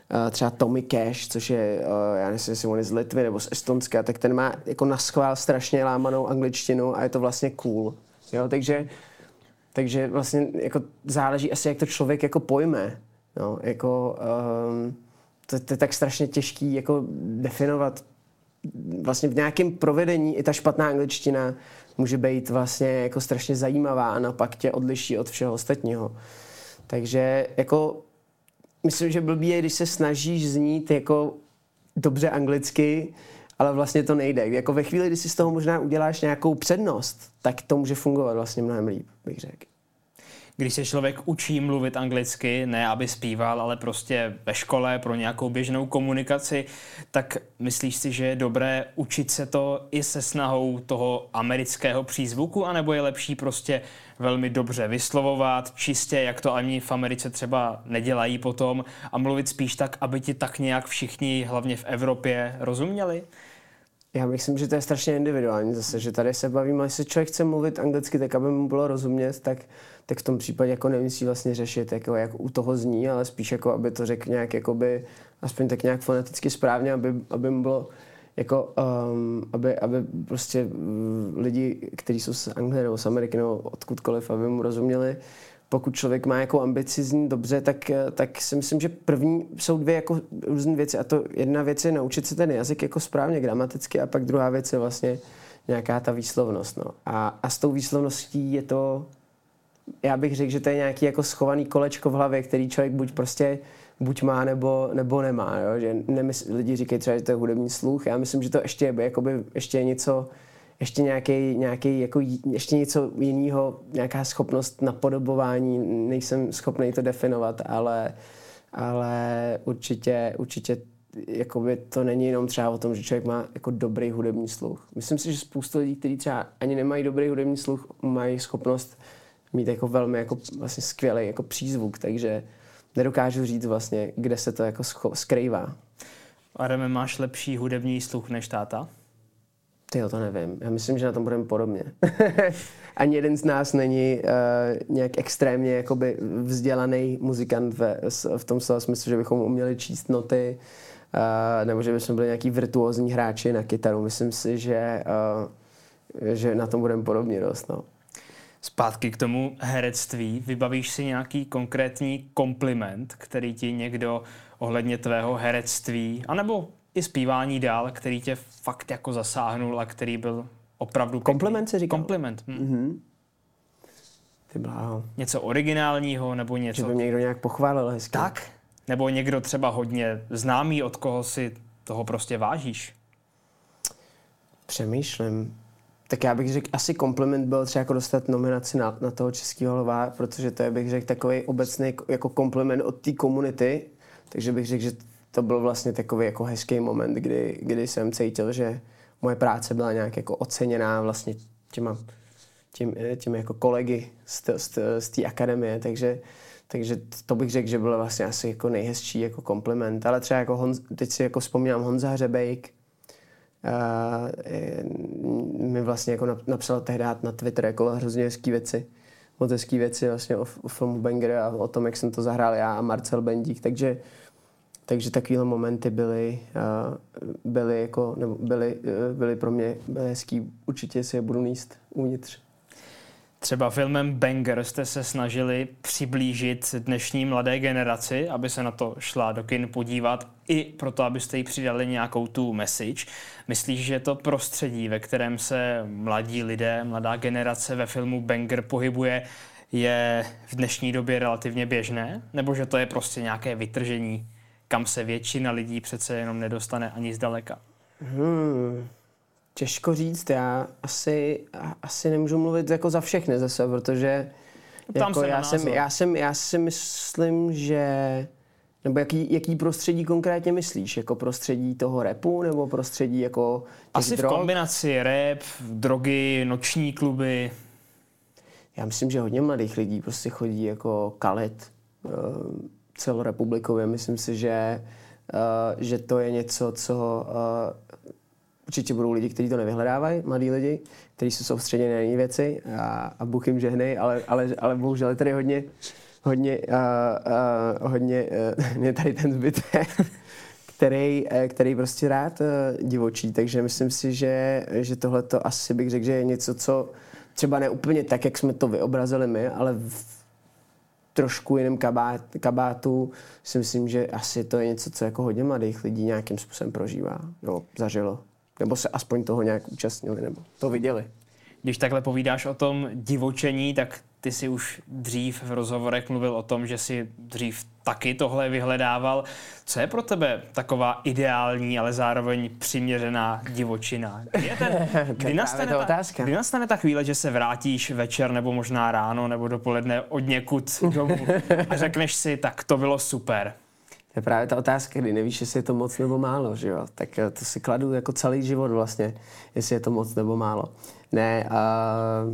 třeba Tommy Cash, což je, já nevím, jestli on je z Litvy nebo z Estonska, tak ten má jako naschvál strašně lámanou angličtinu a je to vlastně cool. Jo, takže, takže vlastně jako záleží asi, jak to člověk jako pojme. No, jako, um, to, to je tak strašně těžký jako definovat. Vlastně v nějakém provedení i ta špatná angličtina může být vlastně jako strašně zajímavá a napak tě odliší od všeho ostatního. Takže jako myslím, že blbý je, když se snažíš znít jako dobře anglicky, ale vlastně to nejde. Jako ve chvíli, kdy si z toho možná uděláš nějakou přednost, tak to může fungovat vlastně mnohem líp, bych řekl. Když se člověk učí mluvit anglicky, ne aby zpíval, ale prostě ve škole pro nějakou běžnou komunikaci, tak myslíš si, že je dobré učit se to i se snahou toho amerického přízvuku, anebo je lepší prostě velmi dobře vyslovovat, čistě, jak to ani v Americe třeba nedělají potom, a mluvit spíš tak, aby ti tak nějak všichni, hlavně v Evropě, rozuměli? Já myslím, že to je strašně individuální zase, že tady se bavíme, jestli člověk chce mluvit anglicky tak, aby mu bylo rozumět, tak, tak v tom případě jako nemusí vlastně řešit, jako, jak u toho zní, ale spíš jako, aby to řekl nějak, jakoby, aspoň tak nějak foneticky správně, aby, aby mu bylo jako, um, aby, aby prostě lidi, kteří jsou z Anglie nebo z Ameriky nebo odkudkoliv, aby mu rozuměli. Pokud člověk má jako ambici znít dobře, tak, tak si myslím, že první jsou dvě jako různé věci. A to jedna věc je naučit se ten jazyk jako správně gramaticky a pak druhá věc je vlastně nějaká ta výslovnost. No. A, a s tou výslovností je to, já bych řekl, že to je nějaký jako schovaný kolečko v hlavě, který člověk buď prostě buď má nebo, nebo nemá. Jo? Že nemysl, lidi říkají třeba, že to je hudební sluch. Já myslím, že to ještě je, jakoby, ještě je něco, ještě nějaký, nějaký, jako ještě něco jiného, nějaká schopnost napodobování, nejsem schopný to definovat, ale, ale určitě, určitě jakoby to není jenom třeba o tom, že člověk má jako dobrý hudební sluch. Myslím si, že spoustu lidí, kteří třeba ani nemají dobrý hudební sluch, mají schopnost mít jako velmi jako vlastně skvělý jako přízvuk, takže nedokážu říct vlastně, kde se to jako skrývá. Adame, máš lepší hudební sluch než táta? Tyjo, to nevím. Já myslím, že na tom budeme podobně. Ani jeden z nás není uh, nějak extrémně jakoby vzdělaný muzikant ve, v tom slova smyslu, že bychom uměli číst noty, uh, nebo že bychom byli nějaký virtuózní hráči na kytaru. Myslím si, že, uh, že na tom budeme podobně dost. No. Zpátky k tomu herectví. Vybavíš si nějaký konkrétní kompliment, který ti někdo ohledně tvého herectví, anebo i zpívání dál, který tě fakt jako zasáhnul a který byl opravdu... Kompliment se říká? Kompliment. Hm. Mm-hmm. Ty bláho. Něco originálního, nebo něco... Že by mě někdo nějak pochválil hezky. Tak. Nebo někdo třeba hodně známý, od koho si toho prostě vážíš. Přemýšlím. Tak já bych řekl, asi kompliment byl třeba jako dostat nominaci na, na toho Českého lva, protože to je, bych řekl, takový obecný jako kompliment od té komunity. Takže bych řekl, že to byl vlastně takový jako hezký moment, kdy, kdy jsem cítil, že moje práce byla nějak jako oceněná vlastně těma, tím, tím jako kolegy z té akademie, takže, takže to bych řekl, že byl vlastně asi jako nejhezčí jako kompliment. Ale třeba jako Honz, teď si jako vzpomínám Honza Hřebejk, uh, mi vlastně jako napsal tehdy na Twitter jako hrozně hezký věci, moc hezký věci vlastně o, o filmu Banger a o tom, jak jsem to zahrál já a Marcel Bendík, takže Takže takovéhle momenty byly, uh, byly, jako, nebo byly, uh, byly pro mě byly hezký. Určitě si je budu níst uvnitř. Třeba filmem Banger jste se snažili přiblížit dnešní mladé generaci, aby se na to šla do kin podívat, i proto, abyste jí přidali nějakou tu message. Myslíš, že to prostředí, ve kterém se mladí lidé, mladá generace ve filmu Banger pohybuje, je v dnešní době relativně běžné? Nebo že to je prostě nějaké vytržení, kam se většina lidí přece jenom nedostane ani zdaleka? Hmm, těžko říct, já asi, asi nemůžu mluvit jako za všechny zase, protože jako já, jsem, já, jsem, já si myslím, že... Nebo jaký, jaký prostředí konkrétně myslíš? Jako prostředí toho rapu nebo prostředí jako asi drog? V kombinaci rap, drogy, noční kluby. Já myslím, že hodně mladých lidí prostě chodí jako kalit celorepublikově. Myslím si, že, uh, že to je něco, co uh, určitě budou lidi, kteří to nevyhledávají, mladí lidi, kteří jsou soustředěni na jiné věci a, a Bůh jim žehnej, ale, ale, ale bohužel je tady hodně, hodně, uh, uh, hodně uh, je tady ten zbytek, který, který prostě rád uh, divočí, takže myslím si, že, že tohle to asi bych řekl, že je něco, co třeba ne úplně tak, jak jsme to vyobrazili my, ale v trošku jiném kabát, kabátu si myslím, že asi to je něco, co jako hodně mladých lidí nějakým způsobem prožívá, nebo zažilo, nebo se aspoň toho nějak účastnili, nebo to viděli. Když takhle povídáš o tom divočení, tak ty si už dřív v rozhovorech mluvil o tom, že si dřív taky tohle vyhledával. Co je pro tebe taková ideální, ale zároveň přiměřená divočina? Kdy, je ten, kdy, nastane ta, kdy nastane ta chvíle, že se vrátíš večer nebo možná ráno nebo dopoledne od někud domů a řekneš si, tak to bylo super? To je právě ta otázka, kdy nevíš, jestli je to moc nebo málo, že jo? Tak to si kladu jako celý život vlastně, jestli je to moc nebo málo. Ne, uh,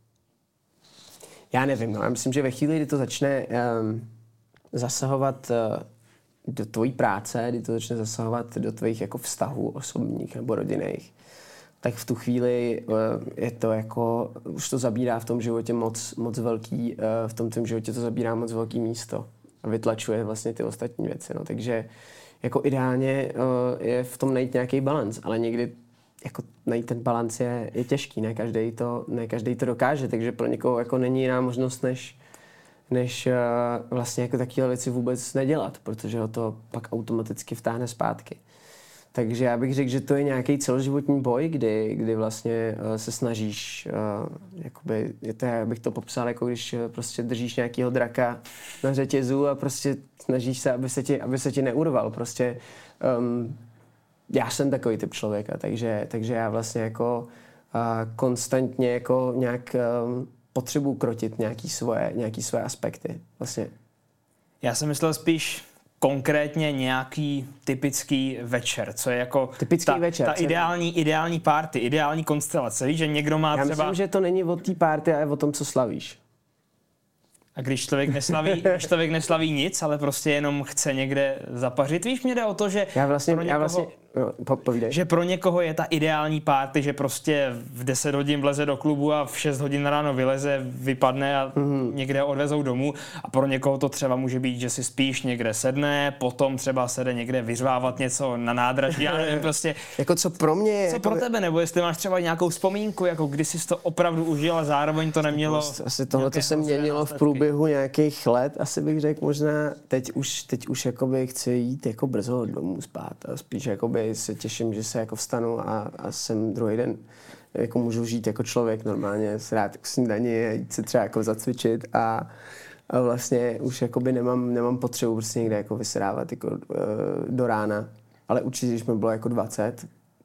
já nevím, no. Já myslím, že ve chvíli, kdy to začne um, zasahovat uh, do tvojí práce, kdy to začne zasahovat do tvých jako vztahů osobních nebo rodinných, tak v tu chvíli uh, je to jako, už to zabírá v tom životě moc, moc velký, uh, v tom tvém životě to zabírá moc velký místo a vytlačuje vlastně ty ostatní věci, no. Takže jako ideálně uh, je v tom najít nějaký balans, ale někdy jako najít ten balans je, je těžký, ne každý to, ne každý to dokáže, takže pro někoho jako není jiná možnost, než, než uh, vlastně jako takové věci vůbec nedělat, protože ho to pak automaticky vtáhne zpátky. Takže já bych řekl, že to je nějaký celoživotní boj, kdy, kdy vlastně uh, se snažíš, uh, jakoby, je to, já bych to popsal, jako když uh, prostě držíš nějakého draka na řetězu a prostě snažíš se, aby se ti, aby se ti neurval, prostě um, já jsem takový typ člověka, takže, takže já vlastně jako uh, konstantně jako nějak um, potřebuji krotit nějaký svoje, nějaký svoje aspekty. Vlastně. Já jsem myslel spíš konkrétně nějaký typický večer, co je jako typický ta, večer, ta ideální, ideální party, ideální konstelace. Víš, že někdo má já třeba... Já myslím, že to není o té party, ale o tom, co slavíš. A když člověk neslaví, když člověk neslaví nic, ale prostě jenom chce někde zapařit, víš, mě jde o to, že já vlastně, pro někoho, já vlastně, no, povídej. že pro někoho je ta ideální party, že prostě v deset hodin vleze do klubu a v šest hodin ráno vyleze, vypadne a mm. někde odvezou domů. A pro někoho to třeba může být, že si spíš někde sedne, potom třeba se jde někde vyřvávat něco na nádraží. Já nevím, prostě. Jako co pro mě? Co jako pro tebe, nebo jestli máš třeba nějakou vzpomínku, jako kdy jsi to opravdu užil a zároveň to nemělo. Asi tohle to se měnilo v průběhu nějakých let, asi bych řekl možná. Teď už, teď už jakoby chci jít jako brzo domů spát a spíš jakoby se těším, že se jako vstanu a, a jsem druhý den jako můžu žít jako člověk normálně, s rád k snídani a jít se třeba jako zacvičit a, a vlastně už jakoby nemám, nemám potřebu prostě někde jako vysedávat jako, uh, do rána, ale určitě, když mi bylo jako dvacet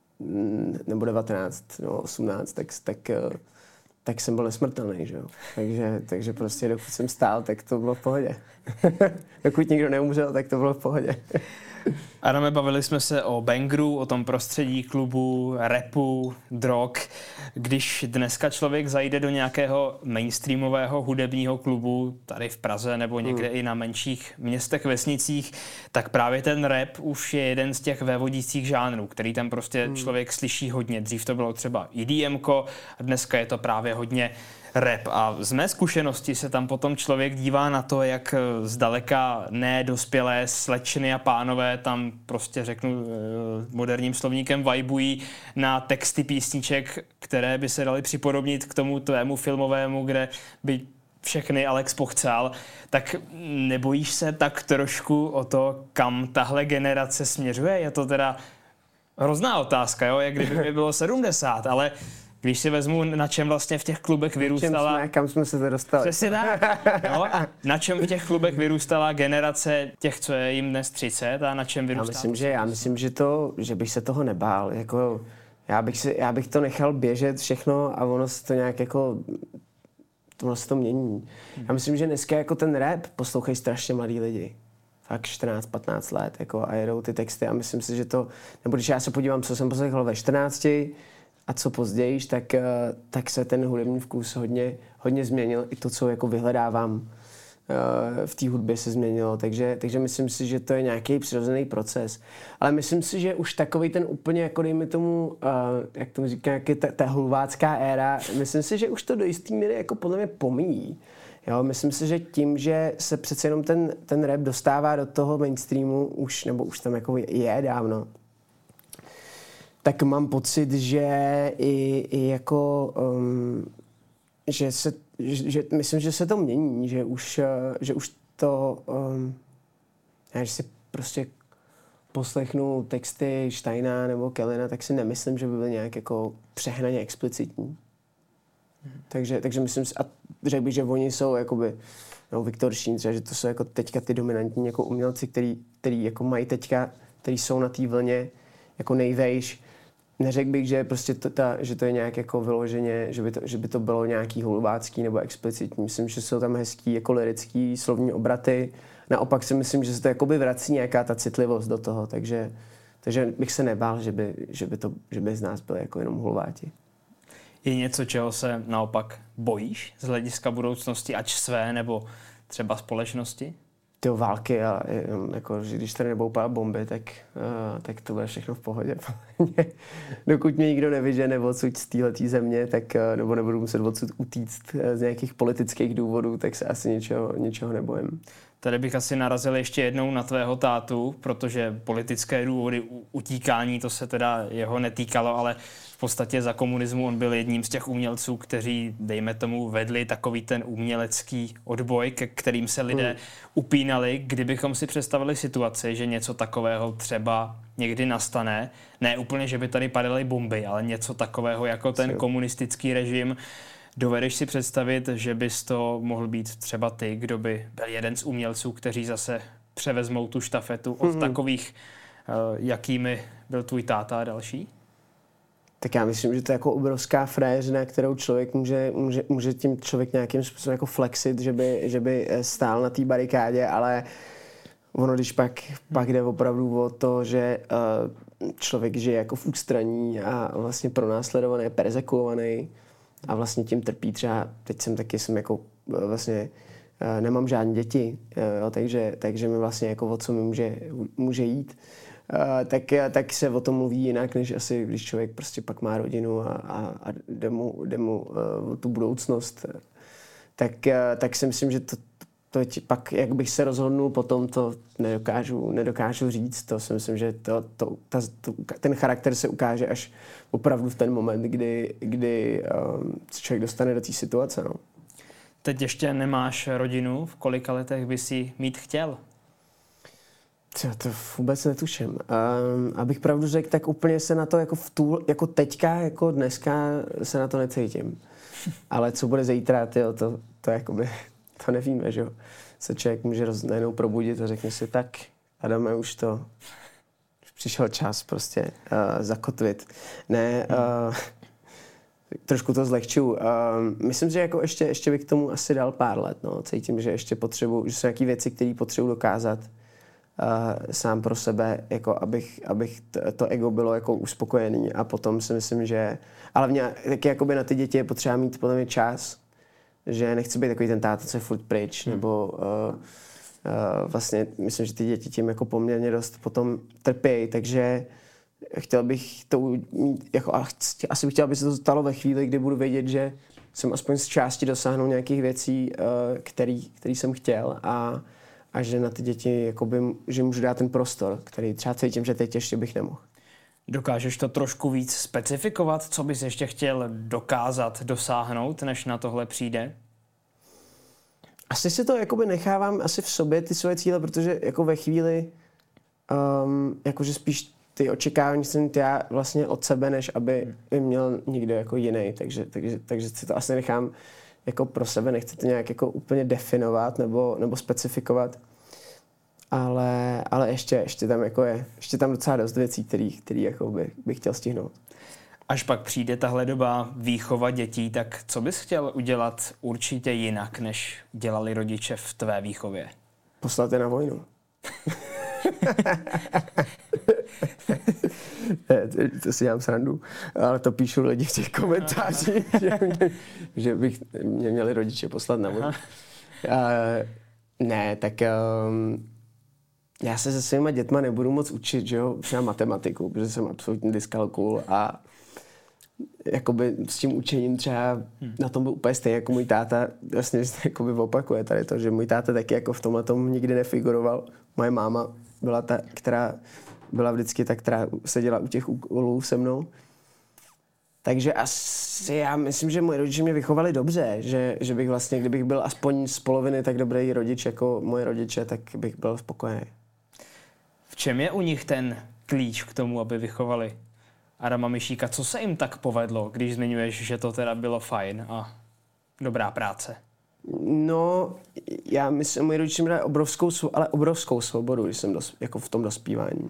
nebo devatenáct, no osmnáct, tak, tak, uh, tak jsem byl nesmrtelný, že jo. Takže, takže prostě dokud jsem stál, tak to bylo v pohodě. Dokud nikdo neumřel, tak to bylo v pohodě. Adame, bavili jsme se o bangru, o tom prostředí klubu, rapu, drog. Když dneska člověk zajde do nějakého mainstreamového hudebního klubu tady v Praze nebo někde hmm. i na menších městech, vesnicích, tak právě ten rap už je jeden z těch vévodících žánrů, který tam prostě hmm. člověk slyší hodně. Dřív to bylo třeba E D M ko, a dneska je to právě hodně rap. A z mé zkušenosti se tam potom člověk dívá na to, jak zdaleka nedospělé slečny a pánové tam prostě řeknu moderním slovníkem vibují na texty písniček, které by se daly připodobnit k tomu tvému filmovému, kde by všechny Alex pochcál. Tak nebojíš se tak trošku o to, kam tahle generace směřuje? Je to teda hrozná otázka, jo? Jak kdyby mi bylo sedmdesát, ale když si vezmu, na čem vlastně v těch klubech vyrůstala... Jsme, kam jsme se dostali. Přesně tak. No, na čem v těch klubech vyrůstala generace těch, co je jim dnes třicet a na čem vyrůstá... Já myslím, že, já myslím, že, to, že bych se toho nebál. Jako, já, bych si, já bych to nechal běžet všechno a ono se to nějak jako... Ono se to mění. Já myslím, že dneska jako ten rap poslouchají strašně mladí lidi. Tak čtrnáct patnáct let jako, a jedou ty texty a myslím si, že to... Nebo když já se podívám, co jsem poslouchal ve čtrnácti, a co později, tak, tak se ten hudební vkus hodně, hodně změnil. I to, co jako vyhledávám v té hudbě, se změnilo. Takže, takže myslím si, že to je nějaký přirozený proces. Ale myslím si, že už takový ten úplně, jako dejme tomu, jak tomu říká, ta, ta hulvácká éra, myslím si, že už to do jistý míry jako podle mě pomíjí. Jo, myslím si, že tím, že se přece jenom ten, ten rap dostává do toho mainstreamu už, nebo už tam jako je dávno, tak mám pocit, že i, i jako, um, že se, že, že, myslím, že se to mění, že už, že už to, um, já, že si prostě poslechnu texty Steina nebo Kellena, tak si nemyslím, že by byl nějak jako přehnaně explicitní. Hmm. Takže, takže myslím si, a řekl bych, že oni jsou jakoby, no Viktor Šín, že to jsou jako teďka ty dominantní jako umělci, který, který jako mají teďka, který jsou na té vlně jako nejvejš. Neřekl bych, že prostě to, ta, že to je nějak jako vyloženě, že by to, že by to bylo nějaký hulvácký nebo explicitní. Myslím, že jsou tam hezký jako lirický slovní obraty. Naopak si myslím, že se to jakoby vrací nějaká ta citlivost do toho, takže, takže bych se nebál, že by, že by, to, že by z nás byli jako jenom hulváti. Je něco, čeho se naopak bojíš z hlediska budoucnosti, ať své nebo třeba společnosti? Ty války a jako, že když tady nebudou pádat bomby, tak, uh, tak to bude všechno v pohodě. Dokud mě nikdo nevyžene odsud z téhletý země, tak, uh, nebo nebudu muset odsud utíct z nějakých politických důvodů, tak se asi ničeho, ničeho nebojím. Tady bych asi narazil ještě jednou na tvého tátu, protože politické důvody utíkání, to se teda jeho netýkalo, ale v podstatě za komunismu on byl jedním z těch umělců, kteří, dejme tomu, vedli takový ten umělecký odboj, ke kterým se lidé hmm. upínali. Kdybychom si představili situaci, že něco takového třeba někdy nastane, ne úplně, že by tady padaly bomby, ale něco takového jako ten komunistický režim, dovedeš si představit, že bys to mohl být třeba ty, kdo by byl jeden z umělců, kteří zase převezmou tu štafetu od mm-hmm. takových, jakými byl tvůj táta a další? Tak já myslím, že to je jako obrovská fréřina, kterou člověk může, může, může tím člověk nějakým způsobem jako flexit, že by, že by stál na té barikádě, ale ono, když pak, pak jde opravdu o to, že uh, člověk žije jako v ústraní a vlastně pronásledovaný, perzekuovaný, a vlastně tím trpí třeba, teď jsem taky jsem jako vlastně nemám žádné děti, jo, takže, takže mi vlastně jako o co mi může, může jít, tak, tak se o tom mluví jinak, než asi když člověk prostě pak má rodinu a, a, a jde mu, jde mu o tu budoucnost, tak, tak si myslím, že to, to pak, jak bych se rozhodnul potom, to nedokážu, nedokážu říct. To si myslím, že to, to, ta, to, ten charakter se ukáže až opravdu v ten moment, kdy, kdy um, se člověk dostane do té situace. No. Teď ještě nemáš rodinu. V kolika letech by si mít chtěl? Co, to vůbec netuším. Um, abych pravdu řekl, tak úplně se na to jako, v tu, jako teďka, jako dneska se na to necítím. Ale co bude zítra, tyjo, to, to jakoby... To nevíme, že jo. Se člověk může roz, najednou probudit a řekne si, tak Adame, už to, už přišel čas prostě uh, zakotvit. Ne, uh, trošku to zlehčuju. Uh, myslím, že jako ještě, ještě bych k tomu asi dal pár let. No. Cítím, že ještě potřebuji, že jsou nějaké věci, které potřebuji dokázat uh, sám pro sebe, jako abych, abych t, to ego bylo jako uspokojený a potom si myslím, že, ale mě, taky jakoby na ty děti je potřeba mít podle mě čas, že nechci být takový ten táta, co je furt pryč, hmm. nebo uh, uh, vlastně myslím, že ty děti tím jako poměrně dost potom trpějí, takže chtěl bych to mít, jako, asi bych chtěl, aby se to stalo ve chvíli, kdy budu vědět, že jsem aspoň z části dosáhnul nějakých věcí, uh, který, který jsem chtěl a, a že na ty děti, jakoby, že můžu dát ten prostor, který třeba cítím, že teď ještě bych nemohl. Dokážeš to trošku víc specifikovat, co bys ještě chtěl dokázat, dosáhnout, než na tohle přijde? Asi si to jakoby nechávám asi v sobě, ty svoje cíle, protože jako ve chvíli, um, jakože spíš ty očekávání jsem mít já vlastně od sebe, než aby je měl někdo jako jiný, takže, takže, takže si to asi nechám jako pro sebe, nechci to nějak jako úplně definovat nebo, nebo specifikovat. Ale, ale ještě, ještě tam jako je, ještě tam docela dost věcí, který, který jako by, bych chtěl stihnout. Až pak přijde tahle doba výchova dětí, tak co bys chtěl udělat určitě jinak, než dělali rodiče v tvé výchově? Poslat je na vojnu. ne, to, to si dělám srandu, ale to píšou lidi v těch komentářích, že, že bych mě měli rodiče poslat na vojnu. Uh, ne, tak... Um, Já se se svýma dětma nebudu moc učit, že jo, třeba matematiku, protože jsem absolutní dyskalkul a, jakoby s tím učením třeba hmm. na tom byl úplně stejný jako můj táta, vlastně jakoby opakuje tady to, že můj táta taky jako v tomhle tom nikdy nefiguroval. Moje máma byla ta, která byla vždycky ta, která seděla u těch úkolů se mnou. Takže asi já myslím, že moji rodiče mě vychovali dobře, že, že bych vlastně, kdybych byl aspoň z poloviny tak dobrý rodič jako moje rodiče, tak bych byl spokojený. V čem je u nich ten klíč k tomu, aby vychovali Adama Mišíka? Co se jim tak povedlo, když zmiňuješ, že to teda bylo fajn a dobrá práce? No, já myslím, moji rodiče mi dali obrovskou, ale obrovskou svobodu, když jsem dos, jako v tom dospívání.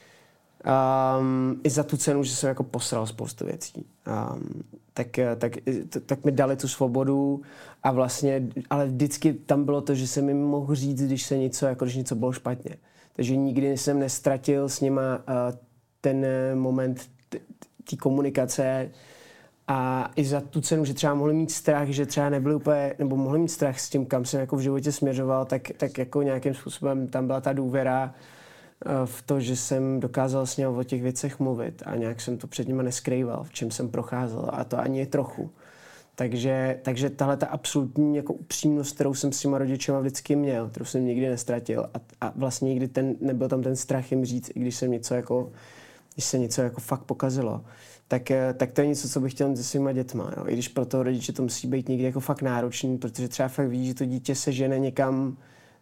Um, I za tu cenu, že jsem jako posral spoustu věcí. Um, tak, tak, tak mi dali tu svobodu a vlastně, ale vždycky tam bylo to, že jsem jim mohl říct, když se něco, jako když něco bylo špatně. Takže nikdy jsem nestratil s nima uh, ten moment té komunikace a i za tu cenu, že třeba mohli mít strach, že třeba nebyli úplně, nebo mohli mít strach s tím, kam jsem jako v životě směřoval, tak, tak jako nějakým způsobem tam byla ta důvěra v to, že jsem dokázal s ním o těch věcech mluvit a nějak jsem to před nima neskrýval, v čem jsem procházel a to ani je trochu. Takže, takže tahle ta absolutní jako upřímnost, kterou jsem s těma rodičema vždycky měl, kterou jsem nikdy nestratil a, a vlastně nikdy ten, nebyl tam ten strach jim říct, i když jsem něco jako, když se něco jako fakt pokazilo, tak, tak to je něco, co bych chtěl se svýma dětma. Jo. I když pro toho rodiče to musí být někdy jako fakt náročný, protože třeba fakt vidí, že to dítě se žene někam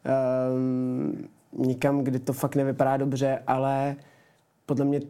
um, nikam, kde to fakt nevypadá dobře, ale podle mě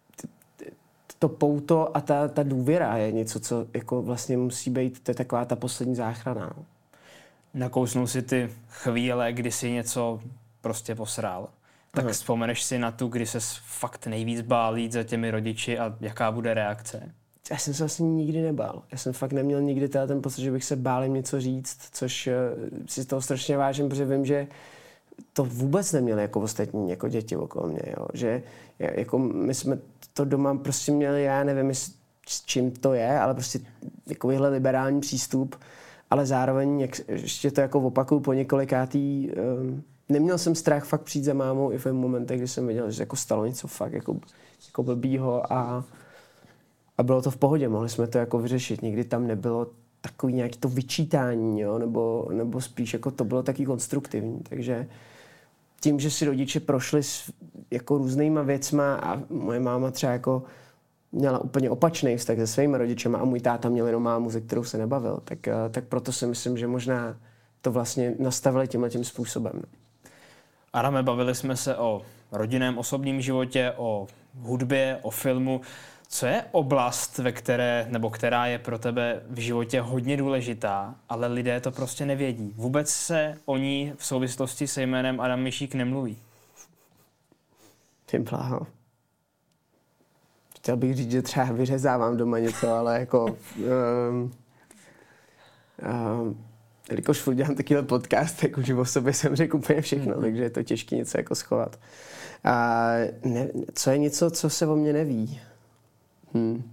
to pouto a ta, ta důvěra je něco, co jako vlastně musí být, to je taková ta poslední záchrana. No. Nakousnul si ty chvíle, kdy si něco prostě posral. Tak Aha. Vzpomeneš si na tu, kdy ses fakt nejvíc bál jít za těmi rodiči a jaká bude reakce? Já jsem se vlastně nikdy nebál. Já jsem fakt neměl nikdy ten pocit, že bych se bál jim něco říct, což uh, si z toho strašně vážím, protože vím, že to vůbec neměli jako ostatní jako děti okolo mě, jo. Že jako my jsme to doma prostě měli, já nevím, s čím to je, ale prostě takovýhle liberální přístup, ale zároveň jak, ještě to jako opakuju po několikátý, um, neměl jsem strach fakt přijít za mámou i v momentech, kdy jsem viděl, že jako stalo něco fakt jako, jako blbýho a, a bylo to v pohodě, mohli jsme to jako vyřešit, nikdy tam nebylo takový nějaký to vyčítání, jo, nebo, nebo spíš jako to bylo taky konstruktivní, takže tím, že si rodiče prošli s jako různýma věcma a moje máma třeba jako měla úplně opačný vztah se svými rodičema a můj táta měl jenom mámu, ze kterou se nebavil, tak, tak proto si myslím, že možná to vlastně nastavili tímhle tím způsobem. Adame, bavili jsme se o rodinném osobním životě, o hudbě, o filmu. Co je oblast, ve které, nebo která je pro tebe v životě hodně důležitá, ale lidé to prostě nevědí? Vůbec se o ní v souvislosti se jménem Adam Mišík nemluví. Ty bláho. Chtěl bych říct, že třeba vyřezávám doma něco, ale jako... Um, um, jelikož furt dělám takovýhle podcast, tak už o sobě jsem řekl úplně všechno, mm. takže je to těžké něco jako schovat. A ne, co je něco, co se o mě neví? Hmm.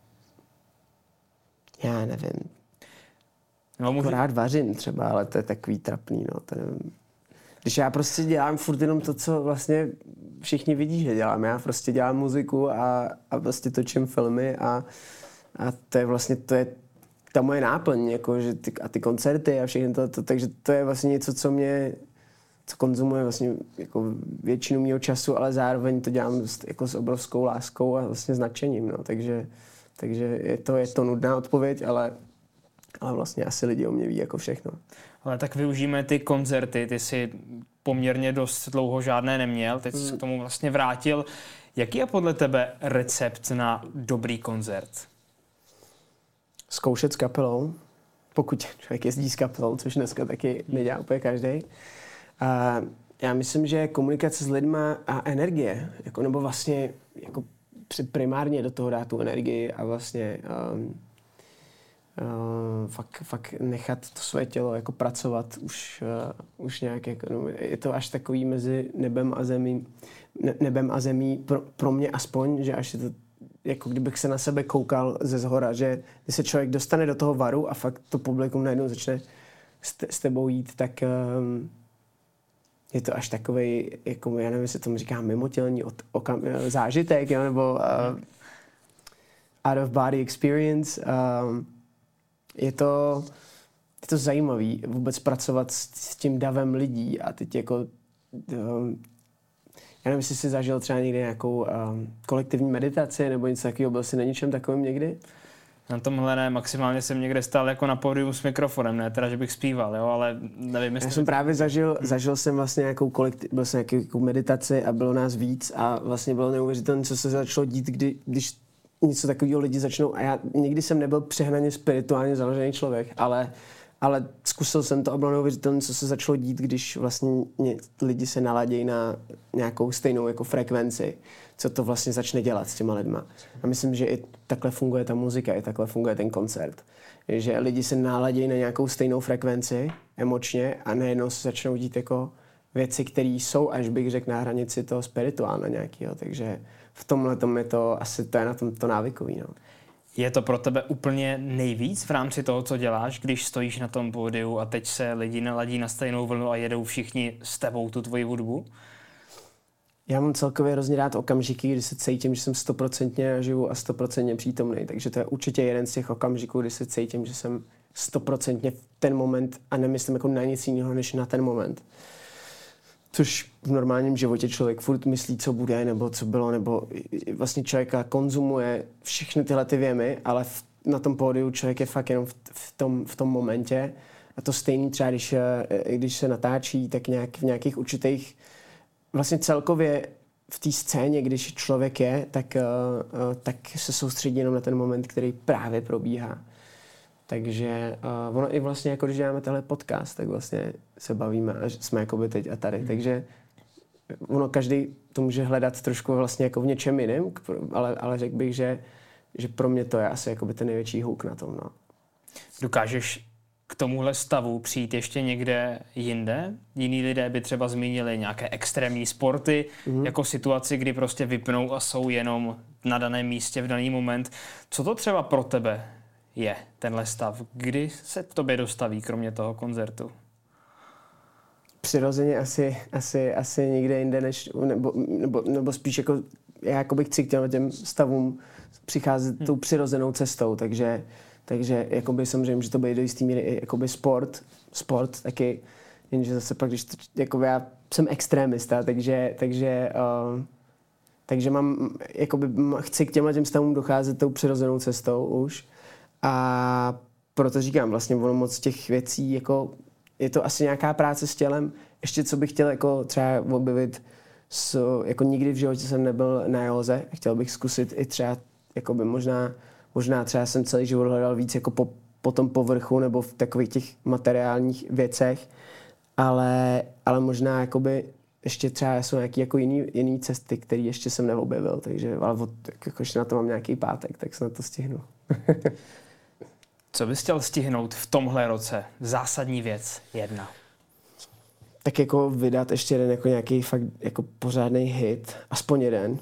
Já nevím. No, můžu... Rád vařím třeba, ale to je takový trapný, no, to nevím. Když já prostě dělám furt jenom to, co vlastně všichni vidí, že dělám. Já prostě dělám muziku a, a prostě točím filmy a, a to je vlastně, to je ta moje náplň, jako, že ty, a ty koncerty a všechno to, to, takže to je vlastně něco, co mě, co konzumuje vlastně jako většinu mýho času, ale zároveň to dělám s, jako s obrovskou láskou a vlastně značením, no, takže, takže je to, je to nudná odpověď, ale, ale vlastně asi lidi o mě ví jako všechno. Ale tak využijeme ty koncerty, ty jsi poměrně dost dlouho žádné neměl, teď jsi se k tomu vlastně vrátil. Jaký je podle tebe recept na dobrý koncert? Zkoušet s kapelou, pokud člověk jezdí s kapelou, což dneska taky nedělá úplně každý. A já myslím, že komunikace s lidma a energie, jako, nebo vlastně jako primárně do toho dát tu energii a vlastně um, um, fakt, fakt nechat to své tělo jako pracovat už, uh, už nějak, jako, no, je to až takový mezi nebem a zemí, ne, nebem a zemí pro, pro mě aspoň, že až je to jako kdybych se na sebe koukal ze zhora, že když se člověk dostane do toho varu a fakt to publikum najednou začne s, te, s tebou jít, tak um, je to až takovej, jako já nevím, jestli tomu říká mimotělní od, okam, zážitek, jo, nebo uh, out of body experience. Um, je to, je to zajímavý vůbec pracovat s, s tím davem lidí a teď jako um, já nevím, jestli jsi zažil třeba někdy nějakou um, kolektivní meditaci nebo něco takového, byl jsi na něčem takovém někdy? Na tomhle ne, maximálně jsem někde stál jako na pódiu s mikrofonem, ne teda, že bych zpíval, jo, ale nevím, jestli... Já jsem právě zažil, hmm. zažil jsem vlastně nějakou kolektiv, byl jsem nějakou, nějakou meditaci a bylo nás víc a vlastně bylo neuvěřitelné, co se začalo dít, kdy, když něco takového lidi začnou, a já nikdy jsem nebyl přehnaně spirituálně založený člověk, ale, ale zkusil jsem to a bylo neuvěřitelné, co se začalo dít, když vlastně lidi se naladějí na nějakou stejnou jako frekvenci, co to vlastně začne dělat s těma lidma. A myslím, že i takhle funguje ta muzika, i takhle funguje ten koncert. Že lidi se naladějí na nějakou stejnou frekvenci emočně a najednou se začnou dít jako věci, které jsou, až bych řekl, na hranici toho spirituálna nějakého. Takže v tomhle tom je to, asi to je na tom to návykový. No. Je to pro tebe úplně nejvíc v rámci toho, co děláš, když stojíš na tom pódiu a teď se lidi naladí na stejnou vlnu a jedou všichni s tebou tu tvoji hudbu? Já mám celkově hrozně rád okamžiky, kdy se cítím, že jsem stoprocentně naživu a stoprocentně přítomný. Takže to je určitě jeden z těch okamžiků, kdy se cítím, že jsem stoprocentně v ten moment a nemyslím jako na nic jiného, než na ten moment. Což v normálním životě člověk furt myslí, co bude, nebo co bylo, nebo vlastně člověka konzumuje všechny tyhle ty věmy, ale v, na tom pódiu člověk je fakt jenom v, v, tom, v tom momentě. A to stejný třeba, když, když se natáčí, tak nějak, v nějakých určitých vlastně celkově v té scéně, když člověk je, tak, uh, tak se soustředí jenom na ten moment, který právě probíhá. Takže uh, ono i vlastně, jako když děláme tenhle podcast, tak vlastně se bavíme a jsme jakoby teď a tady. Mm. Takže ono každý to může hledat trošku vlastně jako v něčem jiném, ale, ale řekl bych, že, že pro mě to je asi jakoby ten největší hook na tom. No. Dokážeš k tomuhle stavu přijít ještě někde jinde? Jiní lidé by třeba zmínili nějaké extrémní sporty, mm. jako situaci, kdy prostě vypnou a jsou jenom na daném místě v daný moment. Co to třeba pro tebe je, tenhle stav? Kdy se k tobě dostaví, kromě toho koncertu? Přirozeně asi, asi, asi někde jinde, než, nebo, nebo, nebo spíš jako, já jako bych chci k těm, těm stavům přicházet hmm. tou přirozenou cestou, takže Takže jakoby samozřejmě, že to bude do jistý míry i jakoby sport, sport taky, jenže zase pak, když to, jakoby já jsem extrémista, takže, takže, uh, takže mám, jakoby chci k těmhle těm stavům docházet tou přirozenou cestou už a proto říkám vlastně ono moc těch věcí, jako je to asi nějaká práce s tělem, ještě co bych chtěl jako třeba objevit, so, jako nikdy v životě jsem nebyl na józe, chtěl bych zkusit i třeba jakoby možná Možná třeba jsem celý život hledal víc jako po, po tom povrchu nebo v takových těch materiálních věcech, ale, ale možná jakoby ještě třeba jsou nějaké jako jiný, jiný cesty, které ještě jsem neobjevil, takže ale od, jako ještě na to mám nějaký pátek, tak se na to stihnu. Co bys chtěl stihnout v tomhle roce? Zásadní věc jedna. Tak jako vydat ještě jeden jako nějaký fakt jako pořádný hit, aspoň jeden.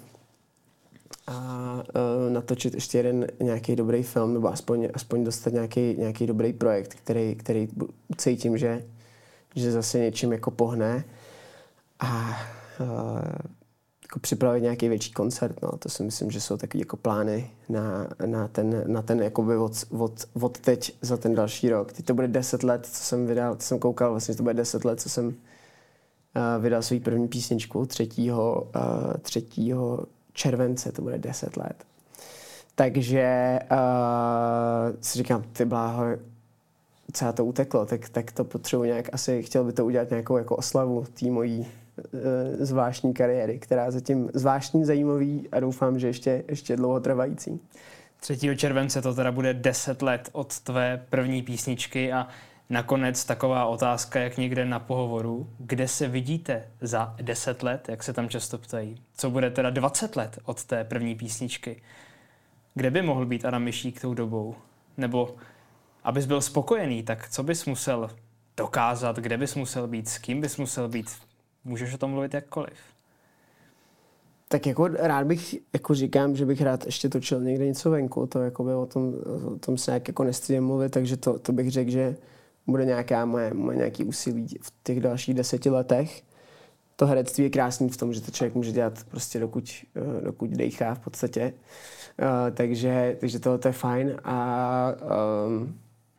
A uh, natočit ještě jeden nějaký dobrý film, nebo aspoň, aspoň dostat nějaký, nějaký dobrý projekt, který, který cítím, že, že zase něčím jako pohne. A uh, jako připravit nějaký větší koncert, no, to si myslím, že jsou takový jako plány na, na ten, na ten jakoby od, od, od teď za ten další rok. Teď to bude deset let, co jsem vydal, co jsem koukal, vlastně to bude deset let, co jsem uh, vydal svou první písničku třetího třetího července, to bude deset let. Takže uh, si říkám, ty bláho, celé to uteklo, tak, tak to potřebuji nějak, asi chtěl by to udělat nějakou jako oslavu té mojí uh, zvláštní kariéry, která zatím zvláštní, zajímavý a doufám, že ještě, ještě dlouho trvající. třetího července to teda bude deset let od tvé první písničky a nakonec taková otázka, jak někde na pohovoru, kde se vidíte za deset let, jak se tam často ptají. Co bude teda dvacet let od té první písničky? Kde by mohl být Adam Mišík tou dobou? Nebo abys byl spokojený, tak co bys musel dokázat, kde bys musel být, s kým bys musel být? Můžeš o tom mluvit jakkoliv. Tak jako rád bych, jako říkám, že bych rád ještě točil někde něco venku, to jako by o tom, o tom se nějak jako nestydím mluvit, takže to, to bych řekl, že bude nějaká moje, moje nějaký úsilí v těch dalších deseti letech. to herectví je krásný v tom, že to člověk může dělat prostě dokud, dokud dejchá v podstatě. Uh, takže, takže tohle je fajn a um,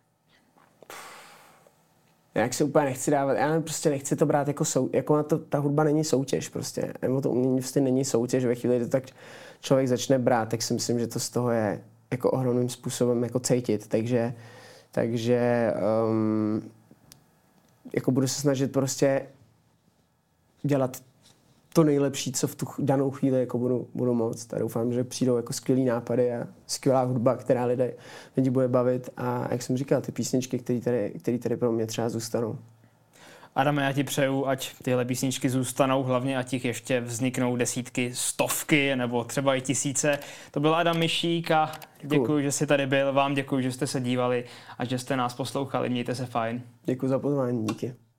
jak se úplně nechci dávat, já prostě nechci to brát jako, sou, jako na to, ta hudba není soutěž prostě, nebo to umění prostě není soutěž, ve chvíli, kdy to tak člověk začne brát, tak si myslím, že to z toho je jako ohromným způsobem jako cítit, takže, takže um, jako budu se snažit prostě dělat to nejlepší, co v tu danou chvíli jako budu, budu moct. A doufám, že přijdou jako skvělý nápady a skvělá hudba, která lidé, lidi bude bavit. A jak jsem říkal, ty písničky, které tady, které tady pro mě třeba zůstanou. Adame, já ti přeju, ať tyhle písničky zůstanou, hlavně ať jich ještě vzniknou desítky, stovky nebo třeba i tisíce. To byl Adam Mišík a děkuji, že jsi tady byl. Vám děkuji, že jste se dívali a že jste nás poslouchali. Mějte se fajn. Děkuji za pozvání, díky.